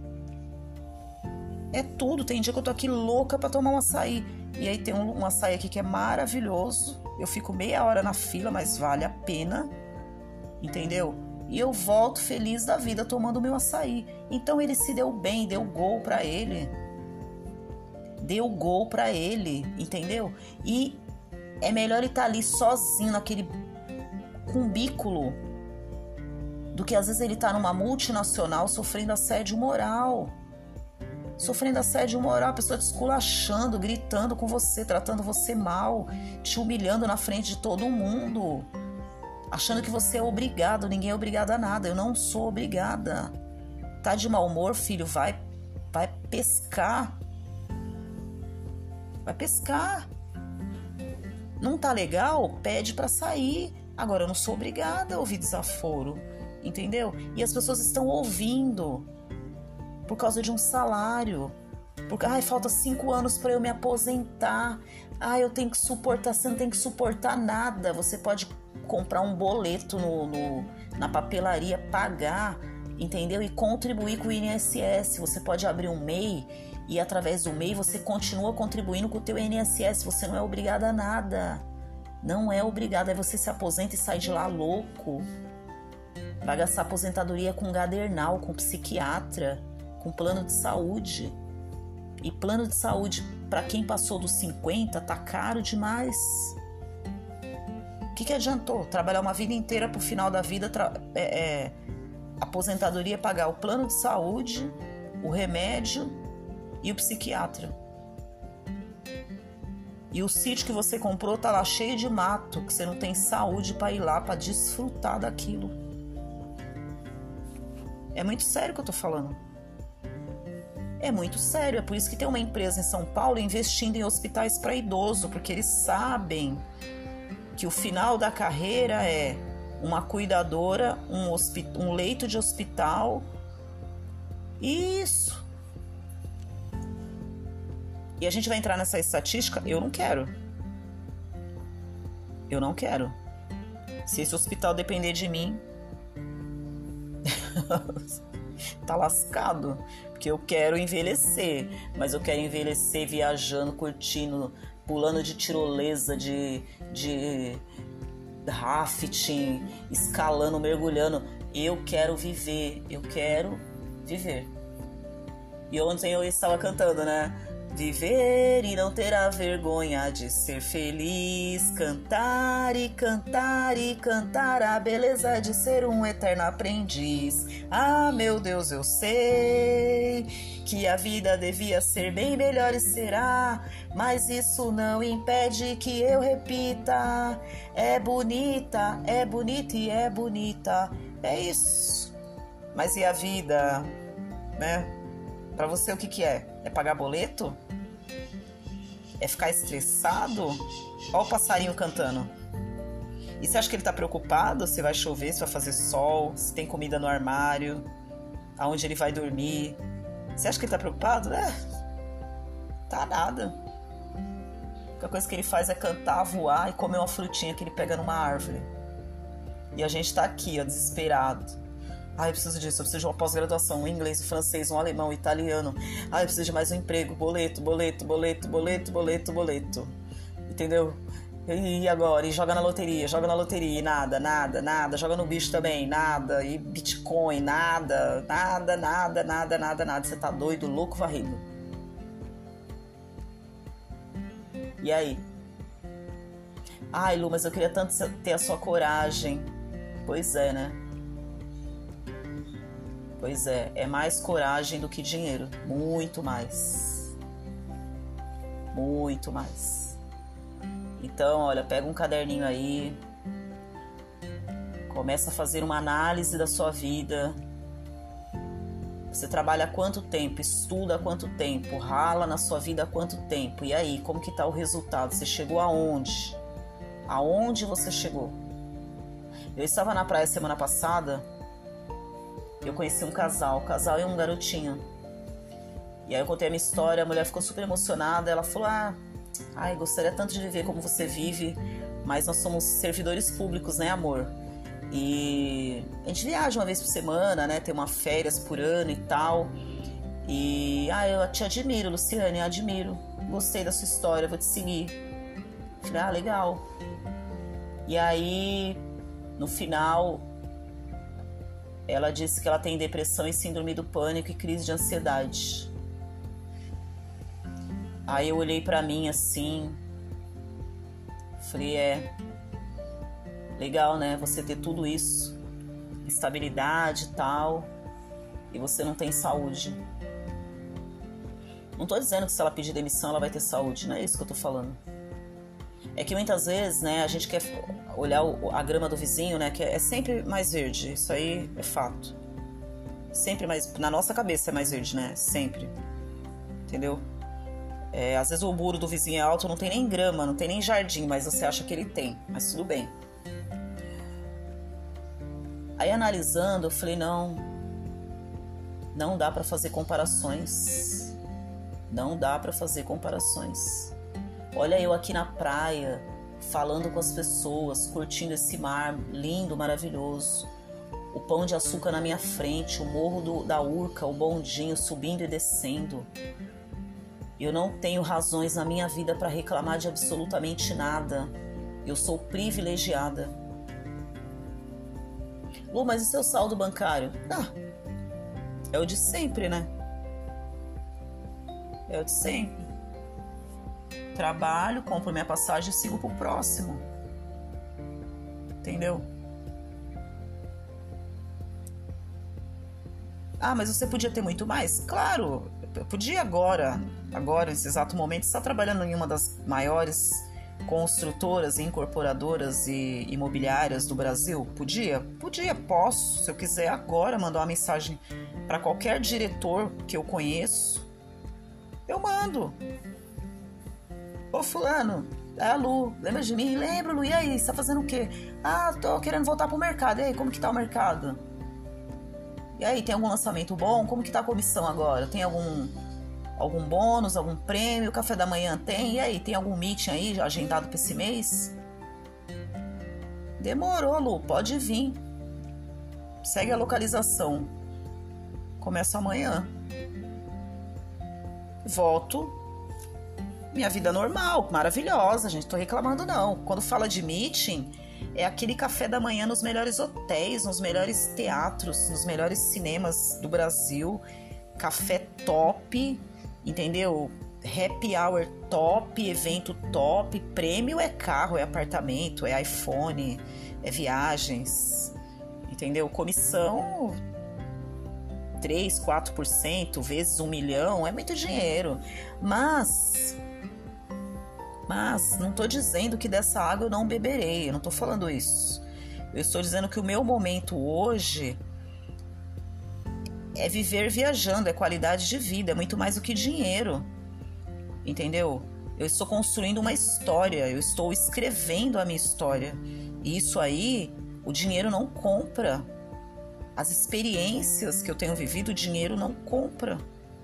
É tudo. Tem dia que eu tô aqui louca pra tomar um açaí. E aí tem um, um açaí aqui que é maravilhoso. Eu fico meia hora na fila, mas vale a pena. Entendeu? E eu volto feliz da vida tomando meu açaí. Então ele se deu bem, deu gol pra ele. Deu gol pra ele, entendeu? E é melhor ele estar ali sozinho naquele cubículo do que às vezes ele tá numa multinacional sofrendo assédio moral. Sofrendo assédio moral, a pessoa te esculachando, gritando com você, tratando você mal, te humilhando na frente de todo mundo, achando que você é obrigado. Ninguém é obrigado a nada. Eu não sou obrigada. Tá de mau humor, filho? Vai, vai pescar. Vai pescar. Não tá legal? Pede pra sair. Agora, eu não sou obrigada a ouvir desaforo. Entendeu? E as pessoas estão ouvindo por causa de um salário. Porque, ai, falta cinco anos para eu me aposentar. Ai, eu tenho que suportar. Você não tem que suportar nada. Você pode comprar um boleto no, no, na papelaria, pagar, entendeu? E contribuir com o I N S S. Você pode abrir um M E I e através do M E I você continua contribuindo com o teu I N S S. Você não é obrigada a nada. Não é obrigada. Aí você se aposenta e sai de lá louco. Vai gastar aposentadoria com gadernal, com psiquiatra, com plano de saúde. E plano de saúde, para quem passou dos cinquenta, tá caro demais. O que, que adiantou? Trabalhar uma vida inteira pro final da vida, tra- é, é, aposentadoria, pagar o plano de saúde, o remédio e o psiquiatra. E o sítio que você comprou tá lá cheio de mato, que você não tem saúde para ir lá, para desfrutar daquilo. É muito sério o que eu tô falando. É muito sério. É por isso que tem uma empresa em São Paulo investindo em hospitais para idoso, porque eles sabem que o final da carreira é uma cuidadora, um, hospi- um leito de hospital. Isso. E a gente vai entrar nessa estatística? Eu não quero. Eu não quero. Se esse hospital depender de mim, tá lascado. Porque eu quero envelhecer, mas eu quero envelhecer viajando, curtindo pulando de tirolesa, de, de rafting, escalando, mergulhando. Eu quero viver, eu quero viver. E ontem eu estava cantando, né? Viver e não ter a vergonha de ser feliz, cantar e cantar e cantar a beleza de ser um eterno aprendiz. Ah, meu Deus, eu sei que a vida devia ser bem melhor e será, mas isso não impede que eu repita. É bonita, é bonita e é bonita. É isso. Mas e a vida, né? Pra você o que que é? É pagar boleto? É ficar estressado? Olha o passarinho cantando. E você acha que ele tá preocupado se vai chover, se vai fazer sol, se tem comida no armário, aonde ele vai dormir? Você acha que ele tá preocupado? É, tá nada. A única coisa que ele faz é cantar, voar e comer uma frutinha que ele pega numa árvore. E a gente tá aqui, ó, desesperado. Ah, eu preciso disso, eu preciso de uma pós-graduação, um inglês, um francês, um alemão, um italiano. Ah, eu preciso de mais um emprego, boleto, boleto, boleto, boleto, boleto, boleto. Entendeu? E agora? E joga na loteria, joga na loteria, e nada, nada, nada. Joga no bicho também, nada. E Bitcoin, nada, nada, nada, nada, nada, nada. Você tá doido, louco, varrido. E aí? Ai, Lu, mas eu queria tanto ter a sua coragem. Pois é, né? Pois é, é mais coragem do que dinheiro. Muito mais. Muito mais. Então, olha, pega um caderninho aí. Começa a fazer uma análise da sua vida. Você trabalha há quanto tempo? Estuda há quanto tempo? Rala na sua vida há quanto tempo? E aí, como que tá o resultado? Você chegou aonde? Aonde você chegou? Eu estava na praia semana passada. Eu conheci um casal, um casal e um garotinho. E aí eu contei a minha história, a mulher ficou super emocionada. Ela falou, ah, ai, gostaria tanto de viver como você vive, mas nós somos servidores públicos, né, amor? E a gente viaja uma vez por semana, né, tem uma férias por ano e tal. E, ah, eu te admiro, Luciane, eu admiro. Gostei da sua história, vou te seguir. Falei, ah, legal. E aí, no final... ela disse que ela tem depressão e síndrome do pânico e crise de ansiedade. Aí eu olhei pra mim assim, falei, é, legal, né, você ter tudo isso, estabilidade e tal, e você não tem saúde. Não tô dizendo que se ela pedir demissão ela vai ter saúde, não é isso que eu tô falando. É que muitas vezes, né, a gente quer olhar a grama do vizinho, né, que é sempre mais verde, isso aí é fato. Sempre mais, na nossa cabeça é mais verde, né, sempre. Entendeu? É, às vezes o muro do vizinho é alto, não tem nem grama, não tem nem jardim, mas você acha que ele tem, mas tudo bem. Aí analisando, eu falei, não, não dá pra fazer comparações. Não dá pra fazer comparações. Olha eu aqui na praia, falando com as pessoas, curtindo esse mar lindo, maravilhoso. O pão de açúcar na minha frente, o morro do, da Urca, o bondinho subindo e descendo. Eu não tenho razões na minha vida para reclamar de absolutamente nada. Eu sou privilegiada. Lu, mas e seu saldo bancário? Ah, é o de sempre, né? É o de sempre. Trabalho, compro minha passagem e sigo pro próximo. Entendeu? Ah, mas você podia ter muito mais? Claro, eu podia agora. Agora, nesse exato momento, você está trabalhando em uma das maiores construtoras e incorporadoras e imobiliárias do Brasil? Podia? Podia, posso. Se eu quiser agora mandar uma mensagem para qualquer diretor que eu conheço, eu mando. Ô fulano, é a Lu, lembra de mim? Lembro, Lu, e aí, você tá fazendo o quê? Ah, tô querendo voltar pro mercado, e aí, como que tá o mercado? E aí, tem algum lançamento bom? Como que tá a comissão agora? Tem algum, algum bônus, algum prêmio? O café da manhã tem? E aí, tem algum meeting aí agendado pra esse mês? Demorou, Lu, pode vir. Segue a localização. Começa amanhã. Volto minha vida normal, maravilhosa, gente, tô reclamando não. Quando fala de meeting, é aquele café da manhã nos melhores hotéis, nos melhores teatros, nos melhores cinemas do Brasil, café top, entendeu? Happy hour top, evento top, prêmio é carro, é apartamento, é iPhone, é viagens, entendeu? Comissão três, quatro por cento vezes um milhão, é muito dinheiro. Mas, mas não estou dizendo que dessa água eu não beberei, eu não estou falando isso. Eu estou dizendo que o meu momento hoje é viver viajando, é qualidade de vida, é muito mais do que dinheiro, entendeu? Eu estou construindo uma história, eu estou escrevendo a minha história. E isso aí, o dinheiro não compra. As experiências que eu tenho vivido, o dinheiro não compra.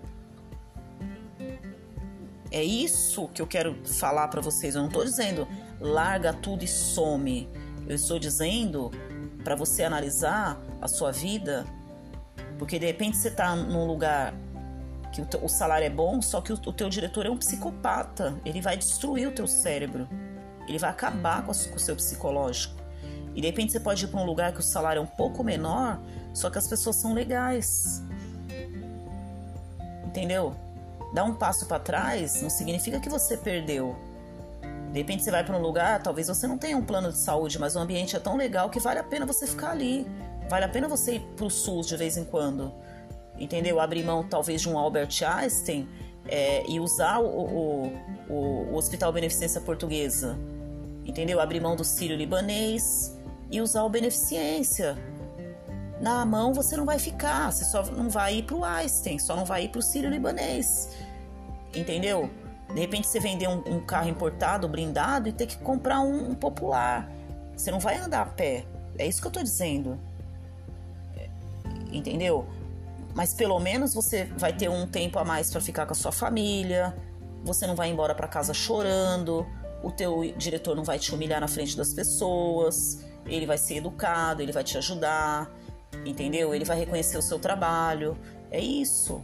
É isso que eu quero falar para vocês. Eu não estou dizendo larga tudo e some. Eu estou dizendo para você analisar a sua vida, porque de repente você está num lugar que o, teu, o salário é bom, só que o, o teu diretor é um psicopata. Ele vai destruir o teu cérebro. Ele vai acabar com, a, com o seu psicológico. E de repente você pode ir para um lugar que o salário é um pouco menor, só que as pessoas são legais. Entendeu? Dar um passo para trás não significa que você perdeu. De repente você vai para um lugar, talvez você não tenha um plano de saúde, mas o ambiente é tão legal que vale a pena você ficar ali. Vale a pena você ir pro SUS de vez em quando. Entendeu? Abrir mão talvez de um Albert Einstein é, e usar o, o, o, o Hospital Beneficência Portuguesa. Entendeu? Abrir mão do Sírio-Libanês e usar o Beneficência. Na mão você não vai ficar, você só não vai ir pro Einstein, só não vai ir pro Sírio-Libanês. Entendeu? De repente você vender um, um carro importado, blindado, e ter que comprar um, um popular. Você não vai andar a pé. É isso que eu tô dizendo. Entendeu? Mas pelo menos você vai ter um tempo a mais para ficar com a sua família. Você não vai embora para casa chorando. O teu diretor não vai te humilhar na frente das pessoas. Ele vai ser educado, ele vai te ajudar. Entendeu? Ele vai reconhecer o seu trabalho. É isso.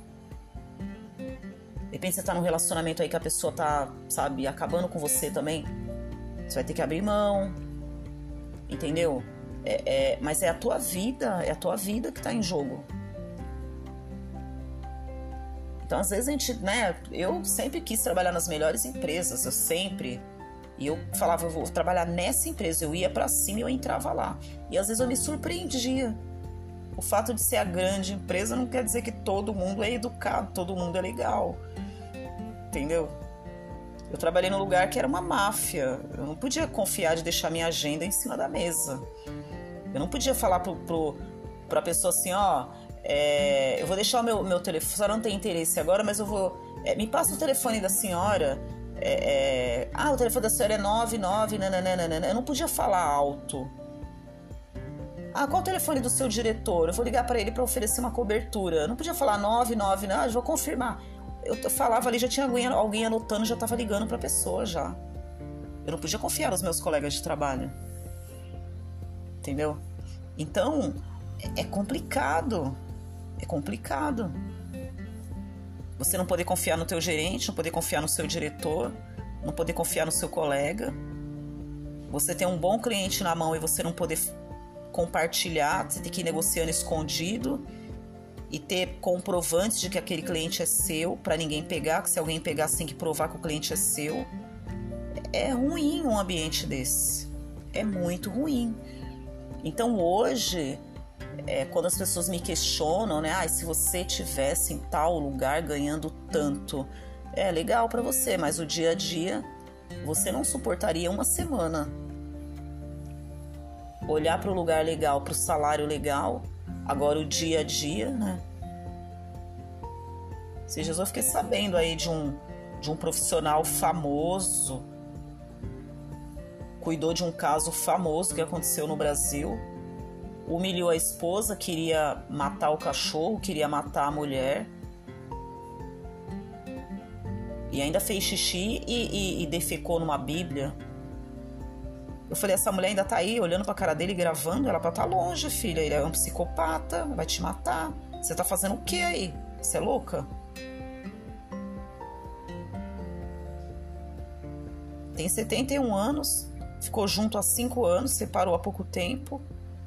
De repente você tá num relacionamento aí que a pessoa tá, sabe, acabando com você também. Você vai ter que abrir mão. Entendeu? É, é, mas é a tua vida, é a tua vida que tá em jogo. Então, às vezes a gente, né, eu sempre quis trabalhar nas melhores empresas, eu sempre, e eu falava, eu vou trabalhar nessa empresa, eu ia pra cima e eu entrava lá. E às vezes eu me surpreendia. O fato de ser a grande empresa não quer dizer que todo mundo é educado, todo mundo é legal. Entendeu? Eu trabalhei num lugar que era uma máfia, eu não podia confiar de deixar minha agenda em cima da mesa. Eu não podia falar pro, pro, pra pessoa assim, ó, é, eu vou deixar o meu, meu telefone, a senhora não tem interesse agora, mas eu vou... É, me passa o telefone da senhora. É, é, ah, o telefone da senhora é nove nove, nananana. Eu não podia falar alto. Ah, qual o telefone do seu diretor? Eu vou ligar para ele para oferecer uma cobertura. Eu não podia falar nove nove, não, eu vou confirmar. Eu falava ali, já tinha alguém, alguém anotando, já estava ligando para a pessoa já. Eu não podia confiar nos meus colegas de trabalho. Entendeu? Então, é complicado. É complicado. Você não poder confiar no teu gerente, não poder confiar no seu diretor, não poder confiar no seu colega. Você ter um bom cliente na mão e você não poder compartilhar, você ter que ir negociando escondido e ter comprovantes de que aquele cliente é seu para ninguém pegar, que se alguém pegar você tem que provar que o cliente é seu. É ruim um ambiente desse. É muito ruim. Então hoje, é, quando as pessoas me questionam, né? Ah, se você tivesse em tal lugar ganhando tanto, é legal para você, mas o dia a dia você não suportaria uma semana. Olhar para o lugar legal, para o salário legal, agora o dia a dia, né? Esses dias eu fiquei sabendo aí de um, de um profissional famoso, cuidou de um caso famoso que aconteceu no Brasil, humilhou a esposa, queria matar o cachorro, queria matar a mulher, e ainda fez xixi e, e, e defecou numa Bíblia. Eu falei, essa mulher ainda tá aí olhando pra cara dele, gravando, ela pra tá longe, filha, ele é um psicopata, vai te matar. Você tá fazendo o que aí? Você é louca? tem setenta e um anos, ficou junto há cinco anos, separou há pouco tempo.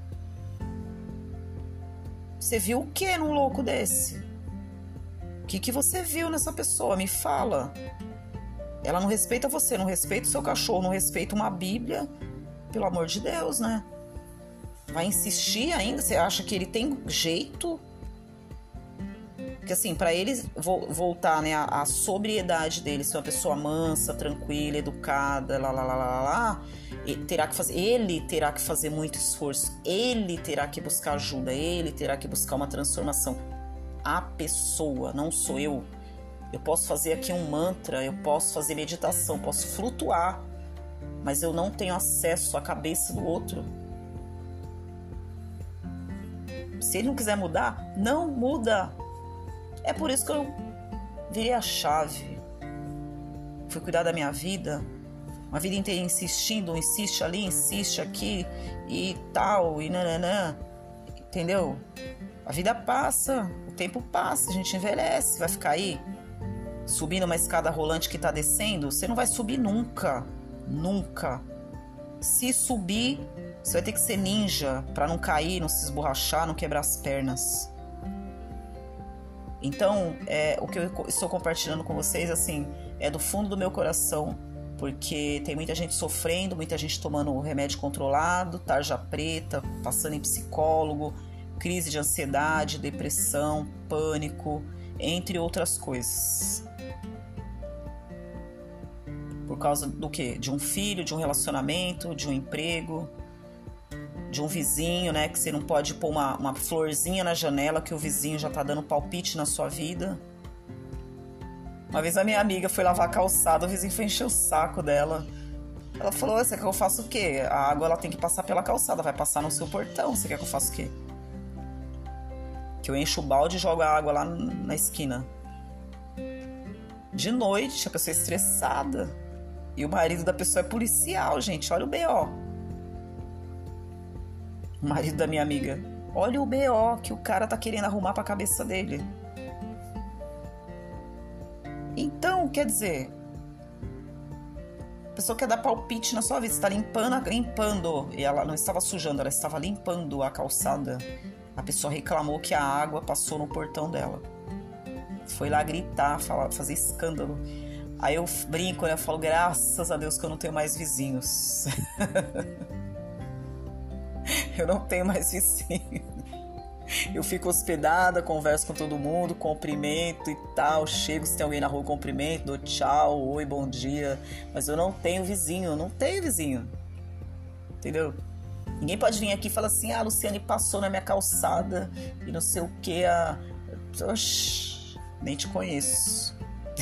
Você viu o que num louco desse? O que, que você viu nessa pessoa? Me fala. Ela não respeita você, não respeita o seu cachorro, não respeita uma Bíblia. Pelo amor de Deus, né? Vai insistir ainda? Você acha que ele tem jeito? Porque assim, para ele vo- voltar, né, a, a sobriedade dele, ser uma pessoa mansa, tranquila, educada, lá, lá, lá, lá, lá, ele terá que fazer, ele terá que fazer muito esforço, ele terá que buscar ajuda, ele terá que buscar uma transformação. A pessoa, não sou eu. Eu posso fazer aqui um mantra, eu posso fazer meditação, posso flutuar, mas eu não tenho acesso à cabeça do outro. Se ele não quiser mudar, não muda. É por isso que eu virei a chave. Fui cuidar da minha vida, uma vida inteira insistindo, insiste ali, insiste aqui e tal, e nananã, entendeu? A vida passa, o tempo passa, a gente envelhece, vai ficar aí subindo uma escada rolante que tá descendo? Você não vai subir nunca, nunca. Se subir, você vai ter que ser ninja pra não cair, não se esborrachar, não quebrar as pernas. Então, é, o que eu estou compartilhando com vocês, assim, é do fundo do meu coração, porque tem muita gente sofrendo, muita gente tomando remédio controlado, tarja preta, passando em psicólogo, crise de ansiedade, depressão, pânico, entre outras coisas. Por causa do quê? De um filho, de um relacionamento, de um emprego, de um vizinho, né? Que você não pode pôr uma, uma florzinha na janela que o vizinho já tá dando palpite na sua vida. Uma vez a minha amiga foi lavar a calçada, o vizinho foi encher o saco dela. Ela falou, você quer que eu faça o quê? A água ela tem que passar pela calçada, vai passar no seu portão, você quer que eu faça o quê? Que eu encho o balde e jogo a água lá na esquina. De noite, a pessoa é estressada. E o marido da pessoa é policial, gente. Olha o B O. O marido da minha amiga. Olha o B O que o cara tá querendo arrumar pra cabeça dele. Então, quer dizer, a pessoa quer dar palpite na sua vida. Você tá limpando, limpando. E ela não estava sujando, ela estava limpando a calçada. A pessoa reclamou que a água passou no portão dela. Foi lá gritar, falar, fazer escândalo. Aí eu brinco, né? Eu falo, graças a Deus que eu não tenho mais vizinhos. Eu não tenho mais vizinho. Eu fico hospedada, converso com todo mundo, cumprimento e tal. Chego, se tem alguém na rua, cumprimento, dou tchau, oi, bom dia. Mas eu não tenho vizinho, eu não tenho vizinho. Entendeu? Ninguém pode vir aqui e falar assim, ah, a Luciane passou na minha calçada e não sei o que. A... Oxi, nem te conheço.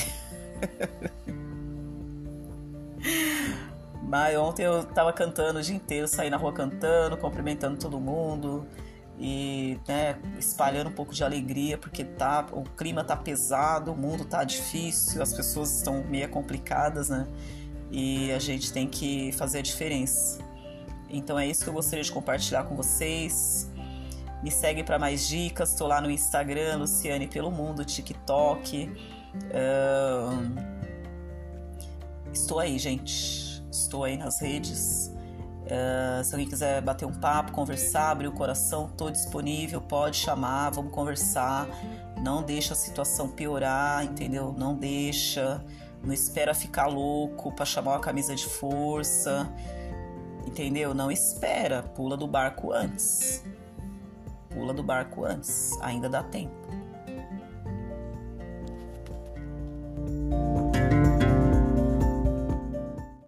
Mas ontem eu tava cantando o dia inteiro, saí na rua cantando, cumprimentando todo mundo e, né, espalhando um pouco de alegria, porque tá, o clima tá pesado, o mundo tá difícil, as pessoas estão meio complicadas, né? E a gente tem que fazer a diferença. Então é isso que eu gostaria de compartilhar com vocês. Me segue para mais dicas, tô lá no Instagram, Luciane Pelo Mundo, TikTok. Uh... Estou aí, gente. Estou aí nas redes. Uh, se alguém quiser bater um papo, conversar, abrir o coração, estou disponível, pode chamar, vamos conversar. Não deixa a situação piorar, entendeu? Não deixa. Não espera ficar louco para chamar uma camisa de força, entendeu? Não espera. Pula do barco antes. Pula do barco antes. Ainda dá tempo.